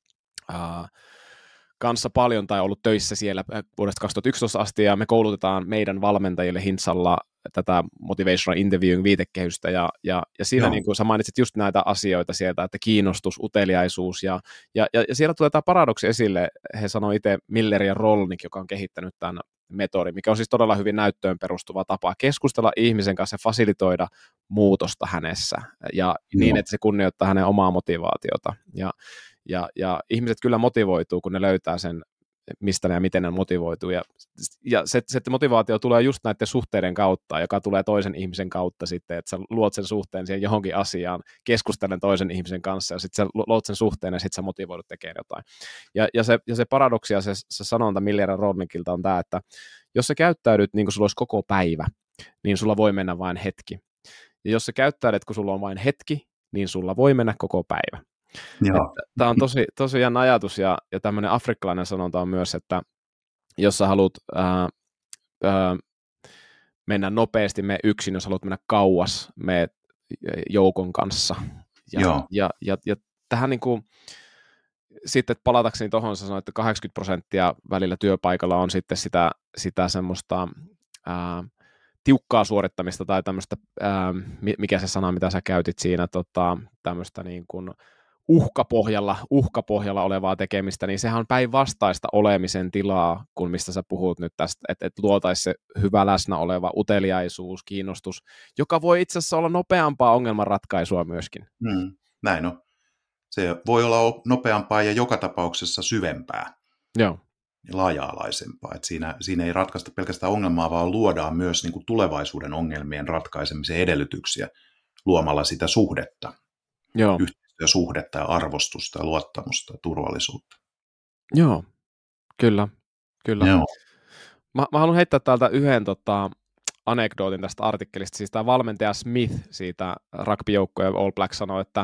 äh, kanssa paljon, tai ollut töissä siellä vuodesta kaksituhattayksitoista asti, ja me koulutetaan meidän valmentajille Hintsalla tätä motivational interviewing viitekehystä, ja, ja, ja siinä niin kuin sä mainitsit just näitä asioita sieltä, että kiinnostus, uteliaisuus, ja, ja, ja siellä tulee tämä paradoksi esille, he sanoi itse Miller ja Rolnick, joka on kehittänyt tämän metodin, mikä on siis todella hyvin näyttöön perustuva tapa keskustella ihmisen kanssa ja fasilitoida muutosta hänessä, ja Joo. niin, että se kunnioittaa hänen omaa motivaatiota, ja Ja, ja ihmiset kyllä motivoituu, kun ne löytää sen, mistä ne ja miten ne motivoituu. Ja, ja se, se motivaatio tulee just näiden suhteiden kautta, joka tulee toisen ihmisen kautta sitten, että sä luot sen suhteen siihen johonkin asiaan, keskustelen toisen ihmisen kanssa, ja sitten sä luot sen suhteen, ja sitten sä motivoidut tekemään jotain. Ja, ja, se, ja se paradoksi ja se, se sanonta Miller ja Rolnickilta on tämä, että jos sä käyttäydyt niin kuin sulla olisi koko päivä, niin sulla voi mennä vain hetki. Ja jos sä käyttäydyt, kun sulla on vain hetki, niin sulla voi mennä koko päivä. Tämä on tosi, tosi jännä ajatus, ja, ja tämmöinen afrikkalainen sanonta on myös, että jos sä haluat ää, ää, mennä nopeasti, mene yksin, jos haluat mennä kauas, mene joukon kanssa. Ja, ja, ja, ja tähän niin kuin, sitten palatakseni tuohon, sä sanoit, että kahdeksankymmentä prosenttia välillä työpaikalla on sitten sitä, sitä semmoista ää, tiukkaa suorittamista tai tämmöistä, ää, mikä se sana, mitä sä käytit siinä, tota, tämmöistä niin kuin uhkapohjalla, uhkapohjalla olevaa tekemistä, niin sehän on päinvastaista olemisen tilaa, kuin mistä sä puhut nyt tästä, että et luotaisi se hyvä läsnä oleva uteliaisuus, kiinnostus, joka voi itse asiassa olla nopeampaa ongelmanratkaisua myöskin. Hmm, näin on. Se voi olla nopeampaa ja joka tapauksessa syvempää. Joo. Ja laaja-alaisempaa. Että siinä, siinä ei ratkaista pelkästään ongelmaa, vaan luodaan myös niin kuin tulevaisuuden ongelmien ratkaisemisen edellytyksiä luomalla sitä suhdetta. Joo. Suhdetta ja arvostusta ja luottamusta ja turvallisuutta. Joo, kyllä, kyllä. Joo. Mä, mä haluan heittää täältä yhden tota, anekdootin tästä artikkelista. Siis tämä valmentaja Smith siitä rugby-joukkojen All Black sanoi, että,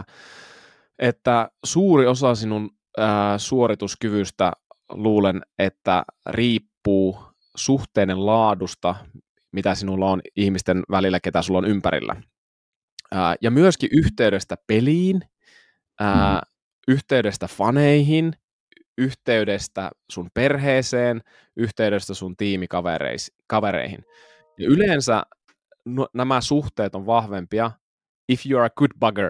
että suuri osa sinun ää, suorituskyvystä luulen, että riippuu suhteiden laadusta, mitä sinulla on ihmisten välillä, ketä sulla on ympärillä. Ää, ja myöskin yhteydestä peliin, Ää, mm. yhteydestä faneihin, yhteydestä sun perheeseen, yhteydestä sun tiimikavereihin. Ja yleensä no, nämä suhteet on vahvempia if you are a good bugger.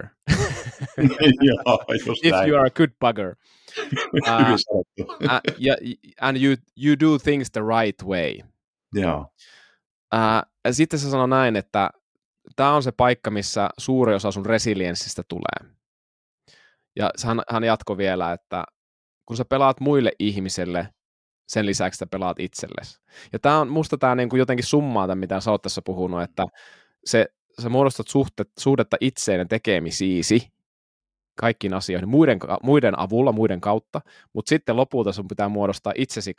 Joo, if näin. You are a good bugger. uh, uh, yeah, and you, you do things the right way. Joo. Uh, ja sitten se sanoi näin, että tämä on se paikka, missä suuri osa sun resilienssistä tulee. Ja hän, hän jatkoi vielä, että kun sä pelaat muille ihmisille, sen lisäksi sä pelaat itsellesi. Ja tää on, musta tämä niinku jotenkin summaa tämän, mitä sä oot tässä puhunut, että se, sä muodostat suhte, suhdetta itseen ja tekemisiisi kaikkiin asioihin, muiden, muiden avulla, muiden kautta, mutta sitten lopulta sun pitää muodostaa itsesi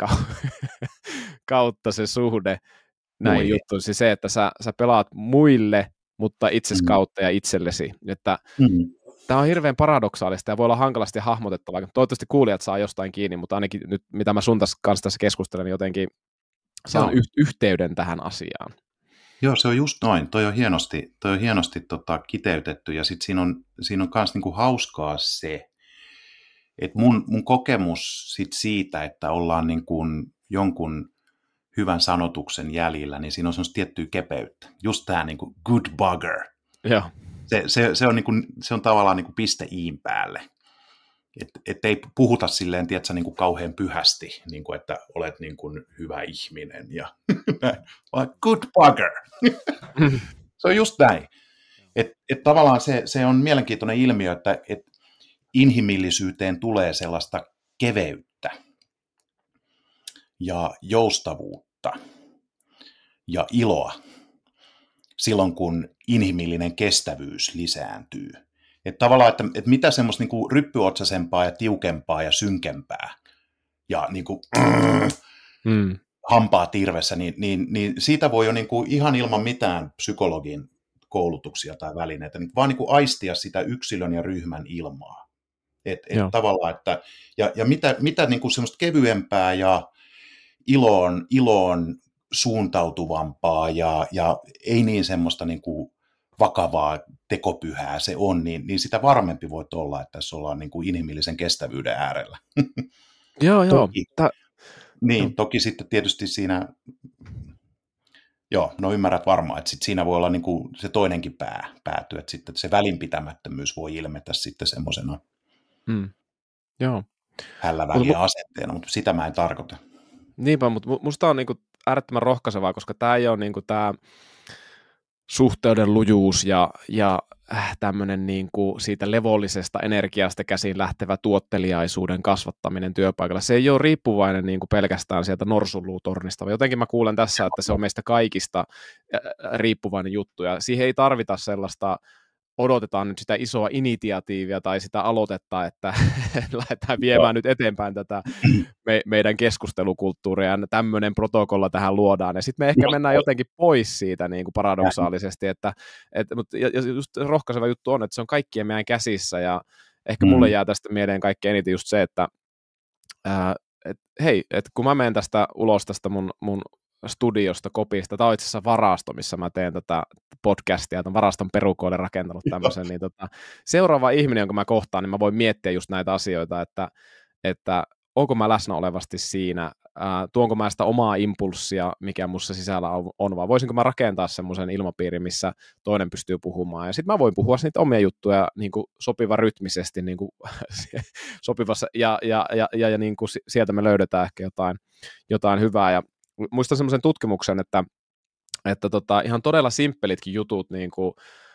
kautta se suhde näin juttuihin. Siis se, että sä, sä pelaat muille, mutta itses kautta ja itsellesi. Että mm. Tämä on hirveän paradoksaalista ja voi olla hankalasti hahmotettavaa. Toivottavasti kuulijat saa jostain kiinni, mutta ainakin nyt, mitä mä sun kanssa tässä keskustelen, niin jotenkin saan yh- yhteyden tähän asiaan. Joo, se on just noin. Toi on hienosti, toi on hienosti tota, kiteytetty, ja sitten siinä on, siinä on kans niinku hauskaa se, että mun, mun kokemus sit siitä, että ollaan niinku jonkun hyvän sanotuksen jäljillä, niin siinä on semmoista tiettyä kepeyttä. Just tämä niinku good bugger. Joo. Se, se, se, on niinku, se on tavallaan niinku piste iin päälle. Että et ei puhuta silleen, tiedätkö, niin kuin kauhean pyhästi, niin kuin, että olet niin kuin hyvä ihminen, ja vaan good bugger. Se on just näin. Että et tavallaan se, se on mielenkiintoinen ilmiö, että et inhimillisyyteen tulee sellaista keveyttä ja joustavuutta ja iloa silloin, kun inhimillinen kestävyys lisääntyy. Että tavallaan, että, että mitä semmoista niin kuin ryppyotsaisempaa ja tiukempaa ja synkempää ja niin kuin, mm. hampaa tirvessä, niin, niin, niin siitä voi jo niin kuin ihan ilman mitään psykologin koulutuksia tai välineitä, niin vaan niin kuin aistia sitä yksilön ja ryhmän ilmaa. Et, et tavallaan, että, ja, ja mitä, mitä niin kuin semmoista kevyempää ja iloon, iloon suuntautuvampaa ja, ja ei niin semmoista niin kuin vakavaa tekopyhää se on, niin, niin sitä varmempi voit olla, että tässä ollaan niin kuin inhimillisen kestävyyden äärellä. Joo, joo. Toki, Tää... niin, no. Toki sitten tietysti siinä, joo, no ymmärrät varmaan, että sit siinä voi olla niin kuin se toinenkin pää pääty, että sitten se välinpitämättömyys voi ilmetä sitten semmoisena mm. joo. hälläväliä Mut, asenteena, mutta sitä mä en tarkoita. Niinpä, mutta musta on niinku äärettömän rohkaisevaa, koska tämä ei ole niinku tämä suhteuden lujuus ja, ja tämmöinen niinku siitä levollisesta energiasta käsin lähtevä tuotteliaisuuden kasvattaminen työpaikalla. Se ei ole riippuvainen niinku pelkästään sieltä norsunluutornista, vaan jotenkin mä kuulen tässä, että se on meistä kaikista riippuvainen juttu, ja siihen ei tarvita sellaista odotetaan nyt sitä isoa initiatiivia tai sitä aloitetta, että lähdetään viemään nyt eteenpäin tätä me, meidän keskustelukulttuuria, ja tämmöinen protokolla tähän luodaan, ja sitten me ehkä mennään jotenkin pois siitä niin kuin paradoksaalisesti, että, että mutta, ja just rohkaiseva juttu on, että se on kaikkien meidän käsissä, ja ehkä mulle mm. jää tästä mieleen kaikkein eniten just se, että ää, et, hei, että kun mä menen tästä ulos tästä mun, mun studiosta, kopista, tämä on itse asiassa varasto, missä mä teen tätä podcastia, tämän varaston perukoille rakentanut tämmöisen, niin tota, seuraava ihminen, jonka mä kohtaan, niin mä voin miettiä just näitä asioita, että, että onko mä läsnä olevasti siinä, ää, tuonko mä sitä omaa impulssia, mikä mussa sisällä on, on, vai voisinko mä rakentaa semmoisen ilmapiirin, missä toinen pystyy puhumaan, ja sitten mä voin puhua niitä omia juttuja niin kuin sopiva rytmisesti, niin kuin sopivassa, ja, ja, ja, ja, ja niin kuin sieltä me löydetään ehkä jotain, jotain hyvää, ja muistan semmoisen tutkimuksen, että, että tota, ihan todella simppelitkin jutut niin kuin,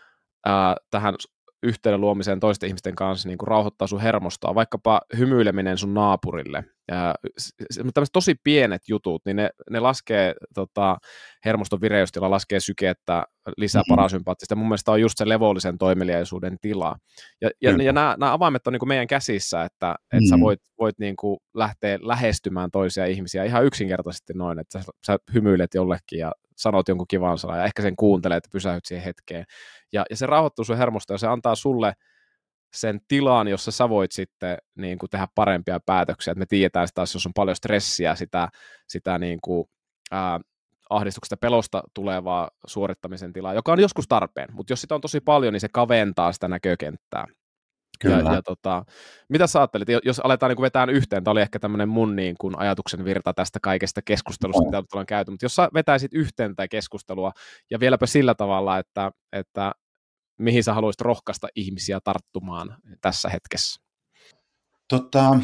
ää, tähän yhteyden luomiseen toisten ihmisten kanssa niin kuin rauhoittaa sun hermostoa, vaikkapa hymyileminen sun naapurille. Tämmöiset tosi pienet jutut, niin ne, ne laskee tota, hermoston vireystila, laskee sykettä, lisää mm-hmm. parasympaattista. Mun mielestä on just se levollisen toimeliaisuuden tila. Ja, ja, mm-hmm. ja nämä, nämä avaimet on niin kuin meidän käsissä, että, että mm-hmm. sä voit, voit niin kuin lähteä lähestymään toisia ihmisiä ihan yksinkertaisesti noin, että sä, sä hymyilet jollekin ja sanot jonkun kivan sanan ja ehkä sen kuuntelee, että pysähyt siihen hetkeen. Ja, ja se rauhoittuu sun hermosta ja se antaa sulle sen tilan, jossa sä voit sitten niin kuin tehdä parempia päätöksiä. Et me tiedetään sitä, jos on paljon stressiä, sitä, sitä niin kuin, ää, ahdistuksesta pelosta tulevaa suorittamisen tilaa, joka on joskus tarpeen, mutta jos sitä on tosi paljon, niin se kaventaa sitä näkökenttää. Ja, ja tota, mitä sä ajattelit, jos aletaan niin kuin vetään yhteen, tämä oli ehkä tämmöinen mun niin kuin ajatuksen virta tästä kaikesta keskustelusta, mitä ollaan käyty, mutta jos sä vetäisit yhteen tätä keskustelua, ja vieläpä sillä tavalla, että, että mihin sä haluaisit rohkaista ihmisiä tarttumaan tässä hetkessä? Tota,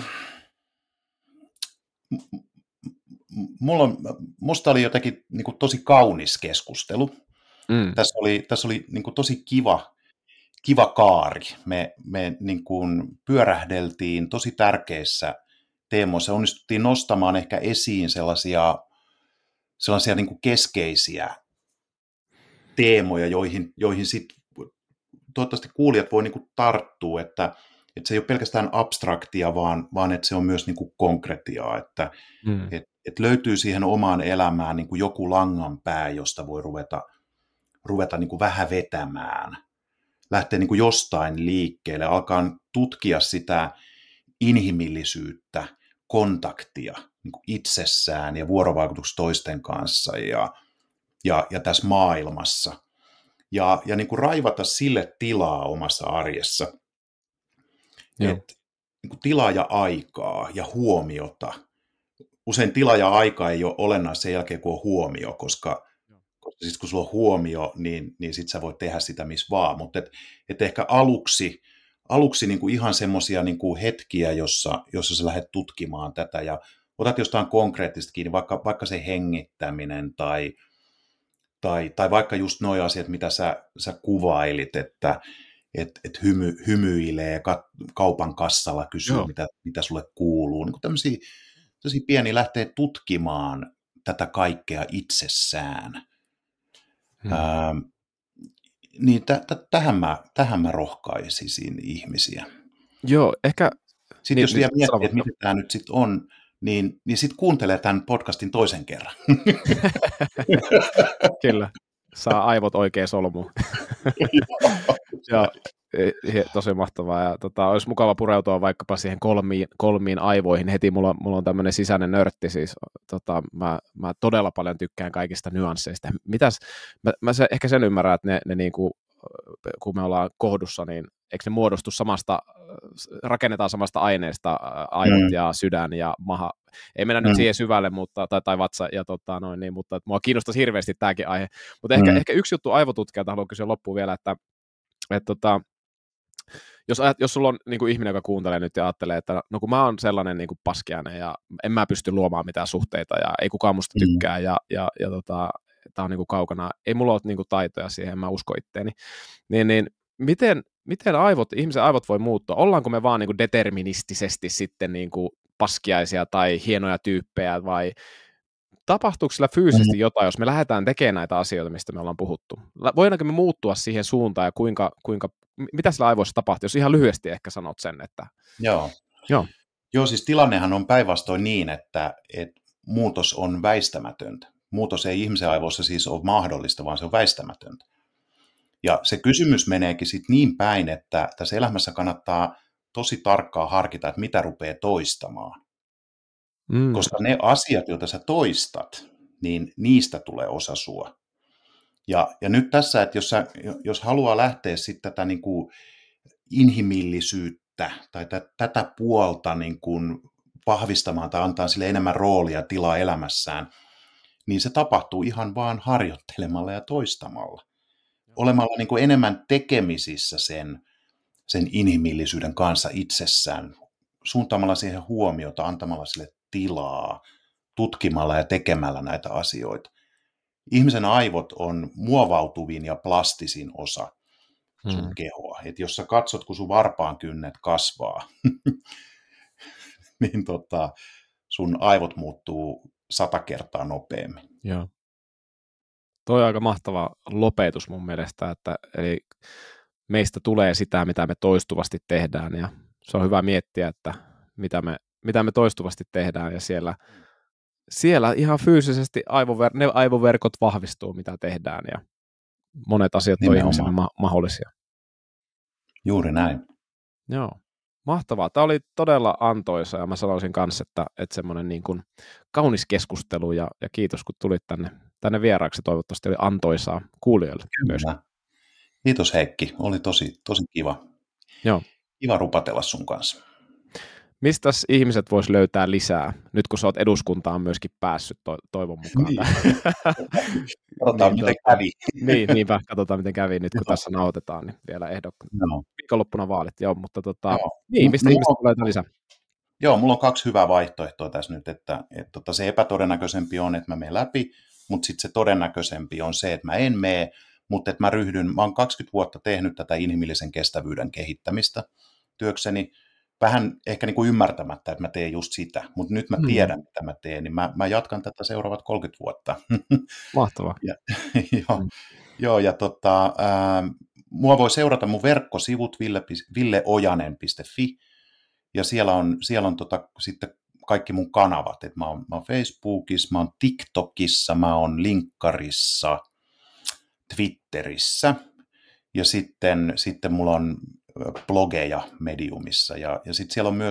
mulla on, musta oli jotenkin niin kuin tosi kaunis keskustelu. Mm. Tässä oli, tässä oli niin kuin tosi kiva, kiva kaari. Me, me niin kuin pyörähdeltiin tosi tärkeissä teemoissa. Onnistuttiin nostamaan ehkä esiin sellaisia, sellaisia niin kuin keskeisiä teemoja, joihin, joihin sitten toivottavasti kuulijat voi niin kuin tarttua, että, että se ei ole pelkästään abstraktia, vaan, vaan että se on myös niin kuin konkretiaa, että mm. et, et löytyy siihen omaan elämään niin kuin joku langanpää, josta voi ruveta, ruveta niin kuin vähän vetämään, lähteä niin kuin jostain liikkeelle, alkaa tutkia sitä inhimillisyyttä kontaktia niin kuin itsessään ja vuorovaikutuksessa toisten kanssa ja, ja, ja tässä maailmassa. Ja, ja niin kuin raivata sille tilaa omassa arjessa, että niin kuin tilaa ja aikaa ja huomiota. Usein tila ja aika ei ole olennaista sen jälkeen, kun on huomio, koska, koska siis kun sulla on huomio, niin, niin sit sä voit tehdä sitä missä vaan. Mutta et, et ehkä aluksi, aluksi niin kuin ihan semmoisia niin kuin hetkiä, jossa, jossa sä lähdet tutkimaan tätä ja otat jostain konkreettista kiinni, vaikka, vaikka se hengittäminen tai, tai, tai vaikka just nuo asiat, mitä sä, sä kuvailit, että et, et hymy, hymyilee kat, kaupan kassalla, kysyy, mitä, mitä sulle kuuluu. Niin kuin tämmöisiä tosi pieni lähtee tutkimaan tätä kaikkea itsessään. Hmm. Ähm, niin t- t- tähän, mä, tähän mä rohkaisisin ihmisiä. Joo, ehkä... Sitten niin, jos vielä niin, miettii, että mitä tämä nyt sitten on, niin, niin sitten kuuntelee tämän podcastin toisen kerran. Kyllä, saa aivot oikein solmuun. Joo, tosi mahtavaa. Ja, tota, olisi mukava pureutua vaikkapa siihen kolmiin, kolmiin aivoihin heti. Mulla, mulla on tämmöinen sisäinen nörtti, siis tota, mä, mä todella paljon tykkään kaikista nyansseista. Mitäs, mä, mä se, ehkä sen ymmärrän, että ne, ne niinku, kun me ollaan kohdussa, niin eikö ne muodostu samasta, rakennetaan samasta aineesta aivot mm. ja sydän ja maha. Ei mennä mm. nyt siihen syvälle, mutta, tai, tai vatsa, ja tota, noin, niin, mutta mua kiinnostaisi hirveästi tämäkin aihe. Mutta ehkä, mm. ehkä yksi juttu aivotutkijalta haluan kysyä loppuun vielä, että et, tota, jos, ajat, jos sulla on niin kuin ihminen, joka kuuntelee nyt ja ajattelee, että no kun mä oon sellainen niin kuin paskiainen ja en mä pysty luomaan mitään suhteita ja ei kukaan musta tykkää mm. ja, ja, ja tota, tää on niin kuin kaukana, ei mulla ole niin kuin taitoja siihen, en mä usko itteeni, niin, niin miten, miten aivot, ihmisen aivot voi muuttua? Ollaanko me vaan niin kuin deterministisesti sitten niin kuin paskiaisia tai hienoja tyyppejä vai tapahtuuko sillä fyysisesti mm. jotain, jos me lähdetään tekemään näitä asioita, mistä me ollaan puhuttu? Voidaanko me muuttua siihen suuntaan ja kuinka, kuinka, mitä sillä aivoissa tapahtuu, jos ihan lyhyesti ehkä sanot sen, että... Joo. Joo. Joo, siis tilannehan on päinvastoin niin, että, että muutos on väistämätöntä. Muutos ei ihmisen aivoissa siis ole mahdollista, vaan se on väistämätöntä. Ja se kysymys meneekin sitten niin päin, että tässä elämässä kannattaa tosi tarkkaan harkita, että mitä rupeaa toistamaan. Mm. Koska ne asiat, joita sä toistat, niin niistä tulee osa sua. Ja, ja nyt tässä, että jos, sä, jos haluaa lähteä sitten tätä niin kuin inhimillisyyttä tai t- tätä puolta niin kuin vahvistamaan tai antaa sille enemmän roolia ja tilaa elämässään, niin se tapahtuu ihan vaan harjoittelemalla ja toistamalla. Olemalla niin kuin enemmän tekemisissä sen, sen inhimillisyyden kanssa itsessään, suuntaamalla siihen huomiota, antamalla sille tilaa, tutkimalla ja tekemällä näitä asioita. Ihmisen aivot on muovautuvin ja plastisin osa sun hmm. kehoa. Et jos sä katsot, kun sun varpaan kynnet kasvaa, niin tota, sun aivot muuttuu sata kertaa nopeammin. Joo. Toi on aika mahtava lopetus mun mielestä, että eli meistä tulee sitä, mitä me toistuvasti tehdään, ja se on hyvä miettiä, että mitä me, mitä me toistuvasti tehdään, ja siellä, siellä ihan fyysisesti aivover, ne aivoverkot vahvistuu, mitä tehdään, ja monet asiat on ihmiselle ma- mahdollisia. Juuri näin. Joo, mahtavaa. Tämä oli todella antoisa, ja mä sanoisin kanssa, että, että semmoinen niin kuin kaunis keskustelu, ja, ja kiitos, kun tulit tänne, tänne vieraaksi. Toivottavasti oli antoisaa kuulijoille myös. Kiitos Heikki, oli tosi, tosi kiva. Joo. Kiva rupatella sun kanssa. Mistäs ihmiset vois löytää lisää, nyt kun sä oot eduskuntaan myöskin päässyt to- toivon mukaan? Niin. Katsotaan, niin, miten to- kävi. niin, niinpä, katsotaan, miten kävi nyt, kun Joo. tässä nauhoitetaan, niin vielä ehdokkaan. No. Viikonloppuna vaalit, joo, mutta tota, joo. niin, mistä no, ihmiset voi löytää lisää? Joo, mulla on kaksi hyvää vaihtoehtoa tässä nyt, että, että, että se epätodennäköisempi on, että mä menen läpi, mutta sitten se todennäköisempi on se, että mä en mene, mutta että mä ryhdyn, mä oon kaksikymmentä vuotta tehnyt tätä inhimillisen kestävyyden kehittämistä työkseni, vähän ehkä niin kuin ymmärtämättä, että mä teen just sitä, mutta nyt mä tiedän, mm. mitä mä teen, niin mä, mä jatkan tätä seuraavat kolmekymmentä vuotta. Mahtavaa. Ja, joo, mm. joo, ja tota, äh, mua voi seurata mun verkkosivut ville, villeojanen piste fi, ja siellä on, siellä on tota, sitten kaikki mun kanavat, että mä oon, mä oon Facebookissa, mä oon TikTokissa, mä oon Linkkarissa, Twitterissä, ja sitten, sitten mulla on blogeja Mediumissa, ja, ja sitten siellä on myös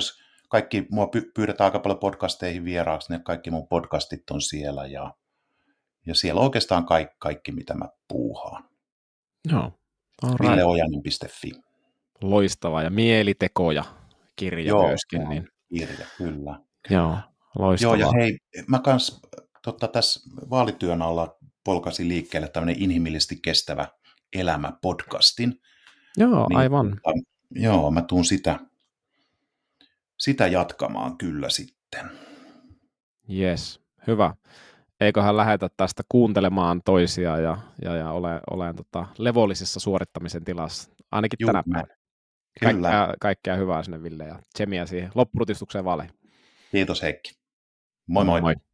kaikki, mua py- pyydetään aika paljon podcasteihin vieraaksi, ne kaikki mun podcastit on siellä ja, ja siellä on oikeastaan kaikki, kaikki, mitä mä puuhaan. Joo, all ville right. ojanen piste fi. Loistavaa, ja Mielitekoja kirja Joo, se myöskin. on Niin. kirja, kyllä. Joo, loistavaa. Joo, ja hei, mä kans totta, tässä vaalityön alla polkasin liikkeelle tämmöinen inhimillisesti kestävä elämä podcastin. Joo, niin, aivan. Tota, joo, mä tuun sitä, sitä jatkamaan kyllä sitten. Yes, hyvä. Eiköhän lähetä tästä kuuntelemaan toisia ja, ja, ja ole, olen tota, levollisessa suorittamisen tilassa, ainakin Juu, tänä päivänä. Kyllä. Kaikkea, kaikkea hyvää sinne, Ville, ja tsemiä siihen loppurutistukseen vaaleihin. Kiitos Heikki. Moi moi. Moi.